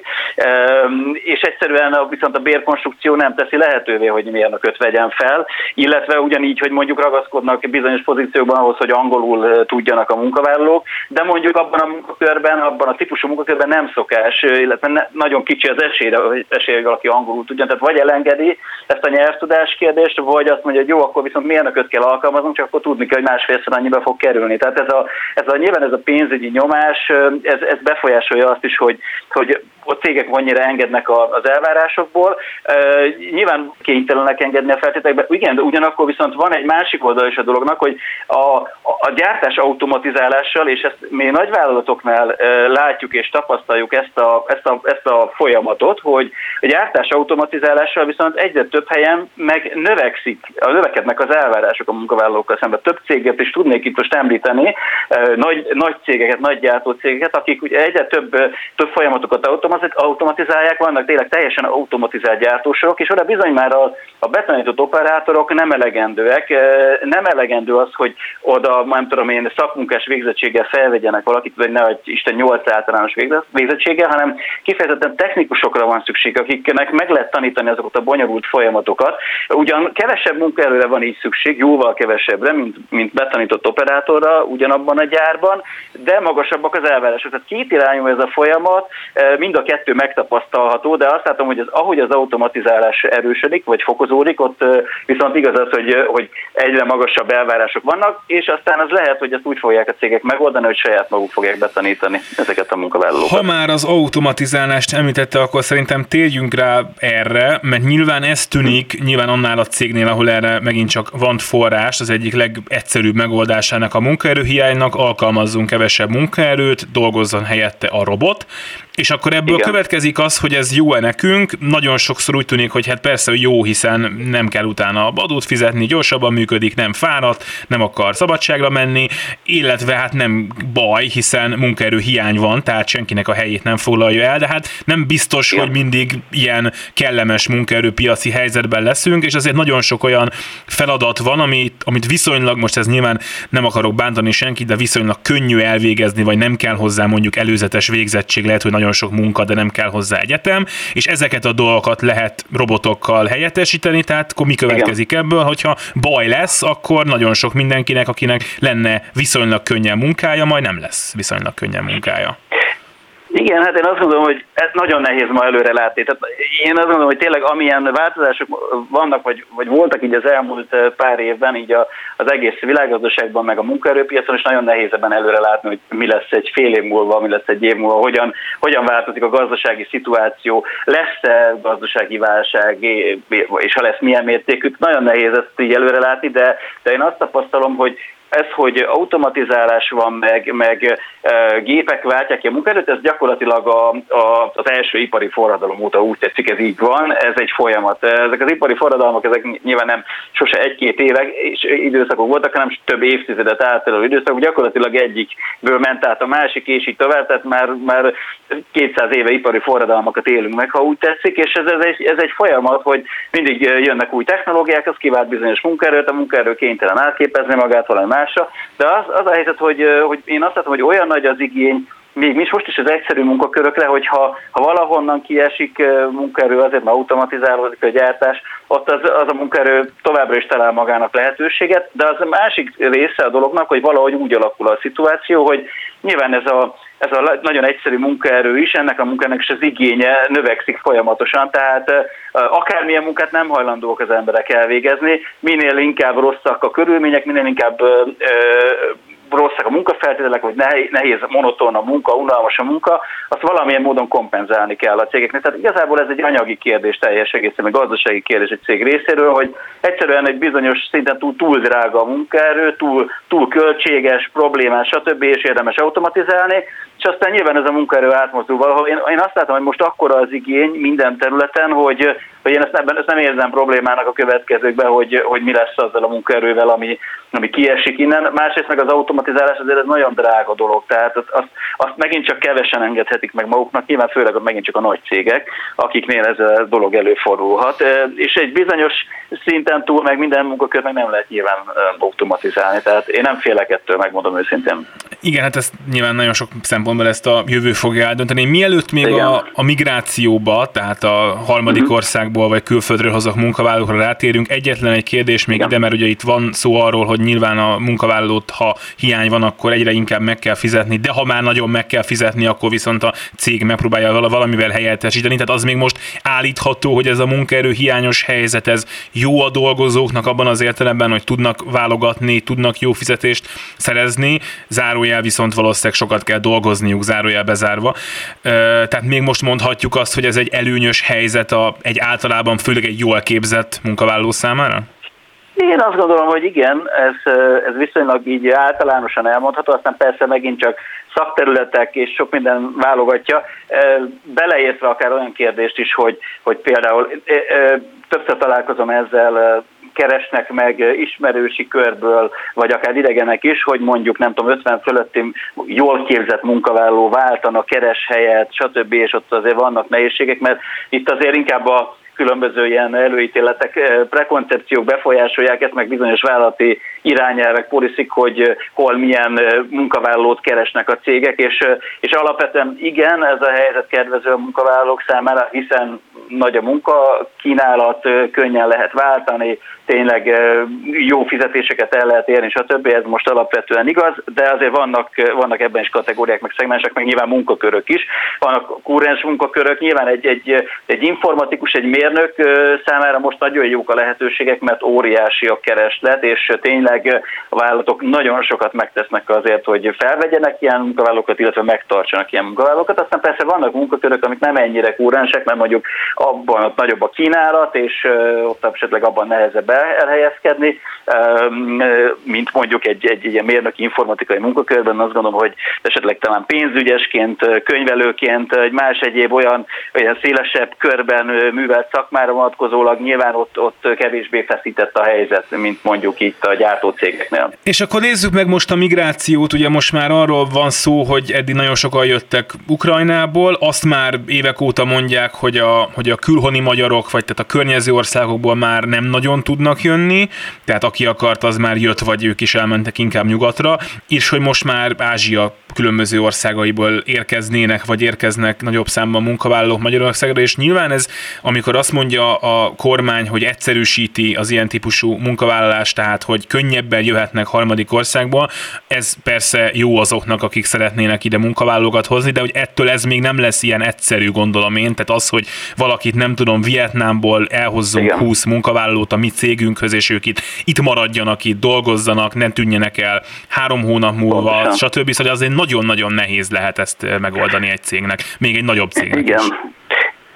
és egyszerűen viszont a bérkonstrukció nem teszi lehetővé, hogy mérnököt vegyen fel, illetve ugyanígy, hogy mondjuk ragaszkodnak bizonyos pozíciókban ahhoz, hogy angolul tudjanak a munkavállalók, de mondjuk abban a munkakörben, abban a típusú munkakörben nem szokás, illetve nagyon kicsi az esélye, hogy valaki angolul tudjon. Tehát vagy elengedi ezt a nyelvtudás kérdést, vagy azt mondja, hogy jó, akkor viszont mérnököt kell alkalmaznunk, csak akkor tudni kell, hogy másfélszer annyiba fog kerülni. Tehát nyilván ez a pénzügyi nyomás, ez befolyásolja azt is, hogy a cégek annyira engednek az elvárásokból. Nyilván kénytelenek engedni a feltételekbe. Igen, de ugyanakkor viszont van egy másik oldal is a dolognak, hogy a gyártás automatizálással, és ezt mi nagyvállalatoknál látjuk és tapasztaljuk ezt a folyamatot, hogy a gyártás automatizálással viszont egyre több helyen meg növekednek az elvárások a munkavállalókkal szemben. Több céget is tudnék itt most említeni, nagy cégeket, nagy gyártócégeket, akik ugye egyre több folyamatokat automatizálják, vannak tényleg teljesen automatizált gyártósorok, és oda bizony már a betanított operátorok nem elegendőek. Nem elegendő az, hogy oda, nem tudom én, szakmunkás végzettséggel felvegyenek valakit, vagy ne, hogy Isten 8 általános végzettséggel, hanem kifejezetten technikusokra van szükség, akiknek meg lehet tanítani azokat a bonyolult folyamatokat. Ugyan kevesebb munkaerőre van így szükség, jóval kevesebbre, mint betanított operátorra ugyanabban a gyárban, de magasabbak az elvárások. Tehát kétirányú ez a folyamat, mind a kettő megtapasztalható, de azt látom, hogy ahogy az automatizálás erősödik, vagy fokozódik, ott viszont igaz az, hogy egyre magasabb elvárások vannak, és aztán az lehet, hogy ezt úgy fogják a cégek megoldani, hogy saját maguk fogják betanítani ezeket a munkavállalókat. Ha már az automatizálást említette, akkor szerintem térjünk rá erre, mert nyilván ez tűnik, nyilván annál a cégnél, ahol erre megint csak van forrás, az egyik legegyszerűbb megoldásának a munkaerőhiánynak, alkalmazzunk kevesebb munkaerőt, dolgozzon helyette a robot, és akkor ebből következik az, hogy ez jó-e nekünk. Nagyon sokszor úgy tűnik, hogy hát persze, hogy jó, hiszen nem kell utána adót fizetni, gyorsabban működik, nem fáradt, nem akar szabadságra menni, illetve hát nem baj, hiszen munkaerő hiány van, tehát senkinek a helyét nem foglalja el, de hát nem biztos, hogy mindig ilyen kellemes munkaerőpiaci helyzetben leszünk, és azért nagyon sok olyan feladat van, amit viszonylag, most ez nyilván nem akarok bántani senkit, de viszonylag könnyű elvégezni, vagy nem kell hozzá mondjuk előzetes végzettség, lehet, hogy nagyon sok munka, de nem kell hozzá egyetem, és ezeket a dolgokat lehet robotokkal helyettesíteni, tehát akkor mi következik ebből, hogyha baj lesz, akkor nagyon sok mindenkinek, akinek lenne viszonylag könnyen munkája, majd nem lesz viszonylag könnyen munkája. Igen, hát én azt gondolom, hogy ez nagyon nehéz ma előre látni. Tehát én azt gondolom, hogy tényleg amilyen változások vannak, vagy voltak így az elmúlt pár évben, így az egész világgazdaságban, meg a munkaerőpiacon, és nagyon nehéz ebben előre látni, hogy mi lesz egy fél év múlva, mi lesz egy év múlva, hogyan változik a gazdasági szituáció, lesz-e gazdasági válság, és ha lesz, milyen mértékű. Nagyon nehéz ezt így előre látni, de én azt tapasztalom, hogy ez, hogy automatizálás van, meg gépek váltják ki a munkaerőt, ez gyakorlatilag az első ipari forradalom óta úgy tetszik, ez így van, ez egy folyamat. Ezek az ipari forradalmak, ezek nyilván nem sose egy-két évek időszakok voltak, hanem több évtizedet áttelő időszakok, gyakorlatilag egyikből ment át a másik, és így tovább, tehát már 200 éve ipari forradalmakat élünk meg, ha úgy tetszik, és ez egy folyamat, hogy mindig jönnek új technológiák, az kivált bizonyos munkaerőt, a munkaerő kénytelen átképezni magát valami másra, de az a helyzet, hogy én azt látom, hogy olyan nagy az igény, még most is az egyszerű munkakörökre, hogy ha valahonnan kiesik munkaerő, azért már automatizálódik a gyártás, ott az a munkaerő továbbra is talál magának lehetőséget, de az a másik része a dolognak, hogy valahogy úgy alakul a szituáció, hogy nyilván ez a nagyon egyszerű munkaerő is, ennek a munkának is az igénye növekszik folyamatosan, tehát akármilyen munkát nem hajlandóak az emberek elvégezni, minél inkább rosszak a körülmények, minél inkább rosszak a munkafeltételek, vagy nehéz, monoton a munka, unalmas a munka, azt valamilyen módon kompenzálni kell a cégeknek. Tehát igazából ez egy anyagi kérdés, teljes egészen, meg gazdasági kérdés egy cég részéről, hogy egyszerűen egy bizonyos szinten túl drága a munkaerő, túl költséges, problémás, stb. És érdemes automatizálni, és aztán nyilván ez a munkaerő átmozdul valahol. Én azt látom, hogy most akkora az igény minden területen, hogy én ezt nem érzem problémának a következőkben, hogy mi lesz azzal a munkaerővel, ami kiesik innen. Másrészt meg az automatizálás azért ez nagyon drága dolog, tehát azt megint csak kevesen engedhetik meg maguknak, nyilván főleg megint csak a nagy cégek, akiknél ez a dolog előfordulhat. És egy bizonyos szinten túl meg minden munkakört meg nem lehet nyilván automatizálni, tehát én nem félek ettől, megmondom őszintén. Igen, hát ezt nyilván nagyon sok szempontból ezt a jövő fogja eldönteni. Mielőtt még a migrációba, tehát a harmadik országból vagy külföldről hozok munkavállalókra rátérünk, egyetlen egy kérdés még ide, mert ugye itt van szó arról, hogy nyilván a munkavállalót, ha hiány van, akkor egyre inkább meg kell fizetni, de ha már nagyon meg kell fizetni, akkor viszont a cég megpróbálja valamivel helyettesíteni. Tehát az még most állítható, hogy ez a munkaerő hiányos helyzet, ez jó a dolgozóknak abban az értelemben, hogy tudnak válogatni, tudnak jó fizetést szerezni, zárójel viszont valószínűleg sokat kell dolgozniuk, zárójel bezárva. Tehát még most mondhatjuk azt, hogy ez egy előnyös helyzet egy általában főleg egy jól képzett munkavállaló számára? Én azt gondolom, hogy igen, ez viszonylag így általánosan elmondható, aztán persze megint csak szakterületek és sok minden válogatja, beleértve akár olyan kérdést is, hogy például többször találkozom ezzel, keresnek meg ismerősi körből, vagy akár idegenek is, hogy mondjuk nem tudom, 50 fölötti jól képzett munkavállaló váltanak, keres helyet, stb. És ott azért vannak nehézségek, mert itt azért inkább a különböző ilyen előítéletek, prekoncepciók befolyásolják ezt, meg bizonyos vállalati irányelvek, policy, hogy hol milyen munkavállalót keresnek a cégek, és alapvetően igen, ez a helyzet kedvező a munkavállalók számára, hiszen nagy a munkakínálat, könnyen lehet váltani, tényleg jó fizetéseket el lehet érni, stb. Ez most alapvetően igaz, de azért vannak ebben is kategóriák, meg szegmensek, meg nyilván munkakörök is. Vannak kurrens munkakörök, nyilván egy informatikus, egy mérnök számára most nagyon jók a lehetőségek, mert óriási a kereslet, és tényleg a vállalatok nagyon sokat megtesznek azért, hogy felvegyenek ilyen munkavállalókat, illetve megtartsanak ilyen munkavállalókat. Aztán persze vannak munkakörök, amik nem ennyire kurrensek, mert mondjuk abban ott nagyobb a kínálat, és ott esetleg abban nehezebb elhelyezkedni, mint mondjuk egy ilyen mérnöki informatikai munkakörben. Azt gondolom, hogy esetleg talán pénzügyesként, könyvelőként, egy más egyéb olyan szélesebb körben művelt szakmára vonatkozólag nyilván ott kevésbé feszített a helyzet, mint mondjuk itt a gyártócégeknél. És akkor nézzük meg most a migrációt, ugye most már arról van szó, hogy eddig nagyon sokan jöttek Ukrajnából, azt már évek óta mondják, hogy a külhoni magyarok, vagy tehát a környező országokból már nem nagyon tudnak jönni, tehát aki akart, az már jött, vagy ők is elmentek inkább nyugatra, és hogy most már Ázsia különböző országaiból érkeznének, vagy érkeznek nagyobb számban munkavállalók Magyarországra, és nyilván ez, amikor azt mondja a kormány, hogy egyszerűsíti az ilyen típusú munkavállalást, tehát hogy könnyebben jöhetnek harmadik országból, ez persze jó azoknak, akik szeretnének ide munkavállalókat hozni, de hogy ettől ez még nem lesz ilyen egyszerű, gondolom én, tehát az, hogy valakit nem tudom, Vietnámból elhozzunk 20 munkavállalót a mi cégünkhöz, és ők itt maradjanak, itt dolgozzanak, nem tűnjenek el 3 hónap múlva, stb. Szóval azért nagyon-nagyon nehéz lehet ezt megoldani egy cégnek, még egy nagyobb cégnek is.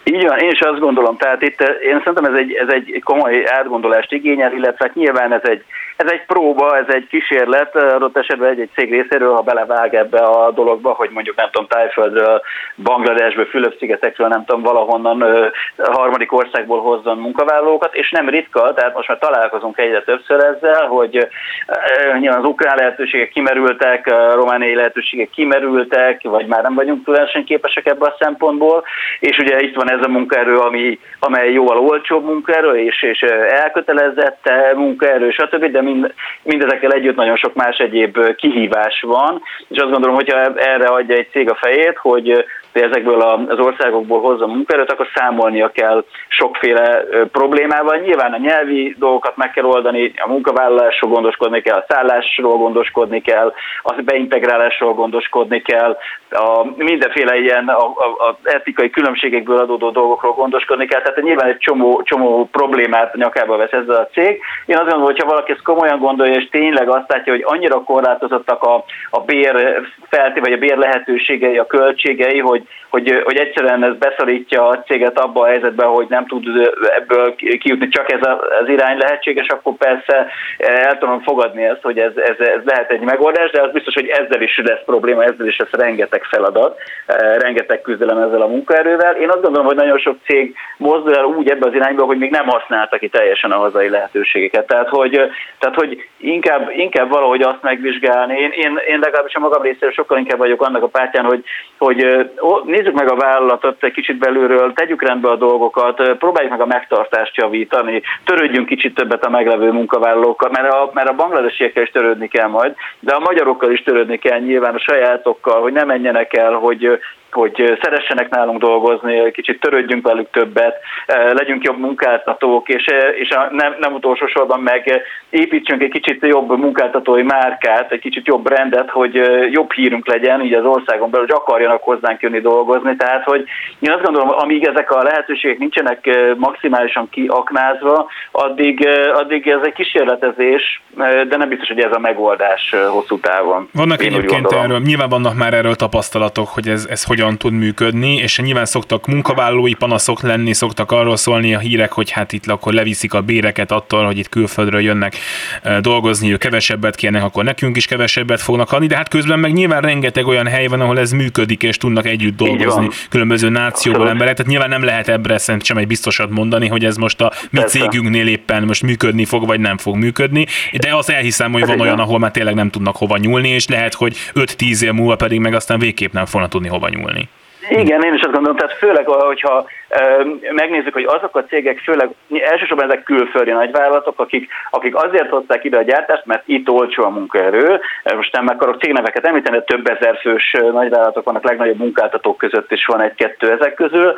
Így van, én is azt gondolom, tehát itt én szerintem ez egy komoly átgondolást igényel, illetve nyilván ez egy próba, ez egy kísérlet, adott esetben egy cég részéről, ha belevág ebbe a dologba, hogy mondjuk nem tudom, Tájföldről, Bangladesből, Fülöp-szigetekről, nem tudom, valahonnan harmadik országból hozzon munkavállalókat, és nem ritka, tehát most már találkozunk egyre többször ezzel, hogy nyilván az ukrán lehetőségek kimerültek, a romániai lehetőségek kimerültek, vagy már nem vagyunk versenyképesek ebből a szempontból, és ugye itt van ez a munkaerő, amely jóval olcsóbb munkaerő, és elkötelezett munkaerő, stb., de mindezekkel együtt nagyon sok más egyéb kihívás van, és azt gondolom, hogyha erre adja egy cég a fejét, hogy ezekből az országokból hozza munkaerőt, akkor számolnia kell sokféle problémával. Nyilván a nyelvi dolgokat meg kell oldani, a munkavállalásról gondoskodni kell, a szállásról gondoskodni kell, a beintegrálásról gondoskodni kell, mindenféle ilyen a etikai különbségekből adódó dolgokról gondoskodni kell, tehát nyilván egy csomó problémát nyakába vesz ezzel a cég. Én azt gondolom, hogyha valaki ezt komolyan gondolja, és tényleg azt látja, hogy annyira korlátozottak a bér vagy a bér lehetőségei, a költségei, hogy egyszerűen ez beszorítja a céget abba a helyzetbe, hogy nem tud ebből kijutni, csak ez az irány lehetséges, akkor persze el tudom fogadni ezt, hogy ez lehet egy megoldás, de az biztos, hogy ezzel is lesz probléma, ezzel is lesz rengeteg feladat, rengeteg küzdelem ezzel a munkaerővel. Én azt gondolom, hogy nagyon sok cég mozdul el úgy ebbe az irányba, hogy még nem használta ki teljesen a hazai lehetőségeket. Tehát, hogy inkább valahogy azt megvizsgálni. Én legalábbis a magam részéről sokkal inkább vagyok annak a pártján, hogy nézzük meg a vállalatot egy kicsit belülről, tegyük rendbe a dolgokat, próbáljuk meg a megtartást javítani, törődjünk kicsit többet a meglevő munkavállalókkal, mert a bangladesiekkel is törődni kell majd, de a magyarokkal is törődni kell nyilván, a sajátokkal, hogy ne menjenek el, hogy szeressenek nálunk dolgozni, kicsit törődjünk velük többet, legyünk jobb munkáltatók, és nem utolsó sorban meg építsünk egy kicsit jobb munkáltatói márkát, egy kicsit jobb brandet, hogy jobb hírünk legyen így az országon belül, hogy akarjanak hozzánk jönni dolgozni. Tehát, hogy én azt gondolom, amíg ezek a lehetőségek nincsenek maximálisan kiaknázva, addig ez egy kísérletezés, de nem biztos, hogy ez a megoldás hosszú távon. Vannak egyébként nyilván vannak már erről tapasztalatok, hogy ez hogyan tud működni, és nyilván szoktak munkavállalói panaszok lenni, szoktak arról szólni a hírek, hogy hát itt akkor leviszik a béreket attól, hogy itt külföldről jönnek dolgozni, ők kevesebbet kérnek, akkor nekünk is kevesebbet fognak adni, de hát közben meg nyilván rengeteg olyan hely van, ahol ez működik, és tudnak együtt dolgozni különböző nációból emberek, tehát nyilván nem lehet ebbre sem egy biztosat mondani, hogy ez most a mi cégünknél éppen most működni fog, vagy nem fog működni, de azt elhiszem, hogy van olyan, ahol már tényleg nem tudnak hova nyúlni, és lehet, hogy 5-10 év múlva pedig meg aztán végképp nem fognak tudni hova nyúlni. Igen, én is azt gondolom, tehát főleg, hogyha megnézzük, hogy azok a cégek, főleg elsősorban ezek külföldi nagyvállalatok, akik azért hozták ide a gyártást, mert itt olcsó a munkaerő. Most nem akarok cégneveket említeni, de több ezer fős nagyvállalatok vannak, legnagyobb munkáltatók között is van 1-2 ezek közül,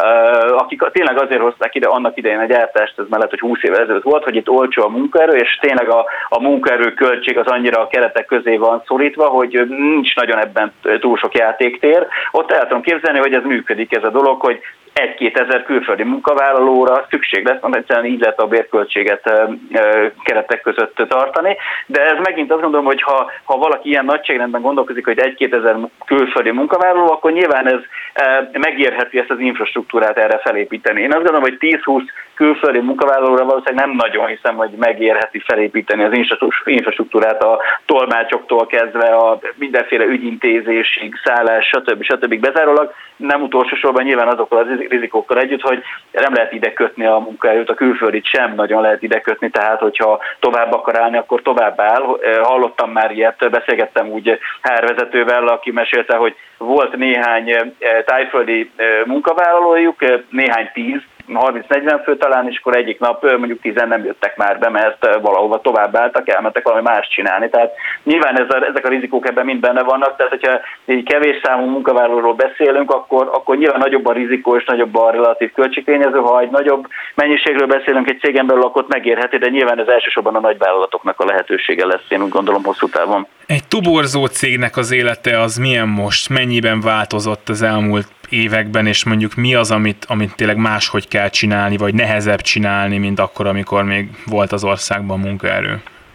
akik tényleg azért hozták ide annak idején a gyártást, ez mellett, hogy 20 évvel ezelőtt volt, hogy itt olcsó a munkaerő, és tényleg a munkaerő költség az annyira a keretek közé van szorítva, hogy nincs nagyon ebben túl sok játéktér. Ott el tudom képzelni, hogy ez működik ez a dolog, hogy 1-2 ezer külföldi munkavállalóra szükség lesz, egyszerűen így lehet a bérköltséget keretek között tartani, de ez megint azt gondolom, hogy ha valaki ilyen nagyságrendben gondolkozik, hogy 1-2 ezer külföldi munkavállaló, akkor nyilván ez megérheti ezt az infrastruktúrát erre felépíteni. Én azt gondolom, hogy 10-20 külföldi munkavállalóra valószínűleg nem nagyon hiszem, hogy megérheti felépíteni az infrastruktúrát a tolmácsoktól kezdve a mindenféle ügyintézésig, szállás, stb. Bezárólag, nem utolsó sorban nyilván azokkal az rizikókkal együtt, hogy nem lehet ide kötni a munkaerőt, a külföldit sem nagyon lehet ide kötni, tehát hogyha tovább akar állni, akkor tovább áll. Hallottam már ilyet, beszélgettem úgy HR vezetővel, aki mesélte, hogy volt néhány tájföldi munkavállalójuk, néhány 10, 30-40 fő talán, és akkor egyik nap mondjuk 10 nem jöttek már be, mert valahova tovább álltak, elmentek valami más csinálni. Tehát nyilván ezek a rizikók ebben mind benne vannak, tehát hogyha egy kevés számú munkavállalóról beszélünk, akkor nyilván nagyobb a rizikó és nagyobb a relatív költségtényező, ha egy nagyobb mennyiségről beszélünk egy cégen belül, akkor megérheti, de nyilván ez elsősorban a nagyvállalatoknak a lehetősége lesz, én úgy gondolom hosszú távon. Egy toborzó cégnek az élete az milyen most? Mennyiben változott az elmúlt években, és mondjuk mi az, amit tényleg máshogy kell csinálni, vagy nehezebb csinálni, mint akkor, amikor még volt az országban munkaerő?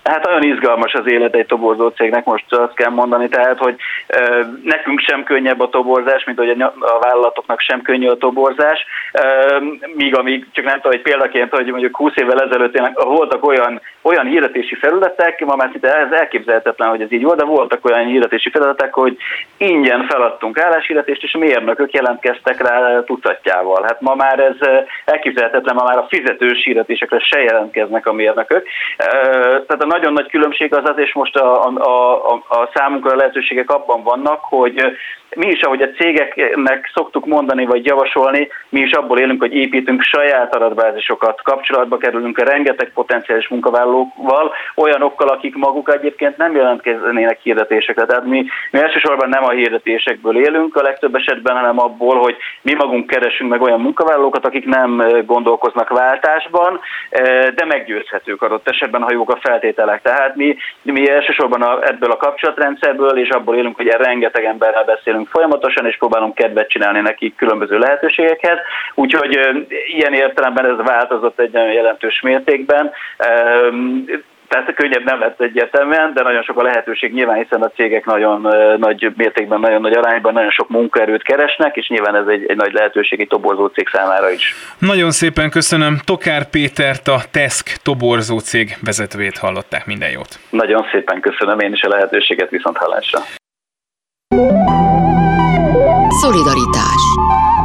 Hát olyan izgalmas az élet egy toborzó cégnek, most azt kell mondani, tehát, hogy nekünk sem könnyebb a toborzás, mint hogy a vállalatoknak sem könnyű a toborzás, amíg csak nem tudom, hogy példaként, hogy mondjuk 20 évvel ezelőtt voltak olyan hirdetési felületek, ma már szinte ez elképzelhetetlen, hogy ez így volt, de voltak olyan hirdetési felületek, hogy ingyen feladtunk álláshirdetést, és a mérnökök jelentkeztek rá tucatjával. Hát ma már ez elképzelhetetlen, ma már a fizetős hirdetésekre se jelentkeznek a mérnökök. Tehát a nagyon nagy különbség az, és most a számunkra a lehetőségek abban vannak, hogy mi is, ahogy a cégeknek szoktuk mondani vagy javasolni, mi is abból élünk, hogy építünk saját adatbázisokat, kapcsolatba kerülünk a rengeteg potenciális munkavállalóval, olyanokkal, akik maguk egyébként nem jelentkeznének hirdetésekre. Tehát mi elsősorban nem a hirdetésekből élünk a legtöbb esetben, hanem abból, hogy mi magunk keresünk meg olyan munkavállalókat, akik nem gondolkoznak váltásban, de meggyőzhetők adott esetben, ha jók a feltételek. Tehát mi elsősorban ebből a kapcsolatrendszerből és abból élünk, hogy rengeteg emberrel beszélünk folyamatosan, és próbálunk kedvet csinálni nekik különböző lehetőségekhez. Úgyhogy ilyen értelemben ez változott egy nagyon jelentős mértékben. Persze könnyebb nem lett egyértelműen, de nagyon sok a lehetőség nyilván, hiszen a cégek nagyon nagy mértékben, nagyon nagy arányban nagyon sok munkaerőt keresnek, és nyilván ez egy nagy lehetőség egy toborzó cég számára is. Nagyon szépen köszönöm. Tokár Pétert, a TESZK toborzó cég vezetőjét hallották. Minden jót. Nagyon szépen köszönöm én is a lehetőséget, viszont hallásra. Szolidaritás.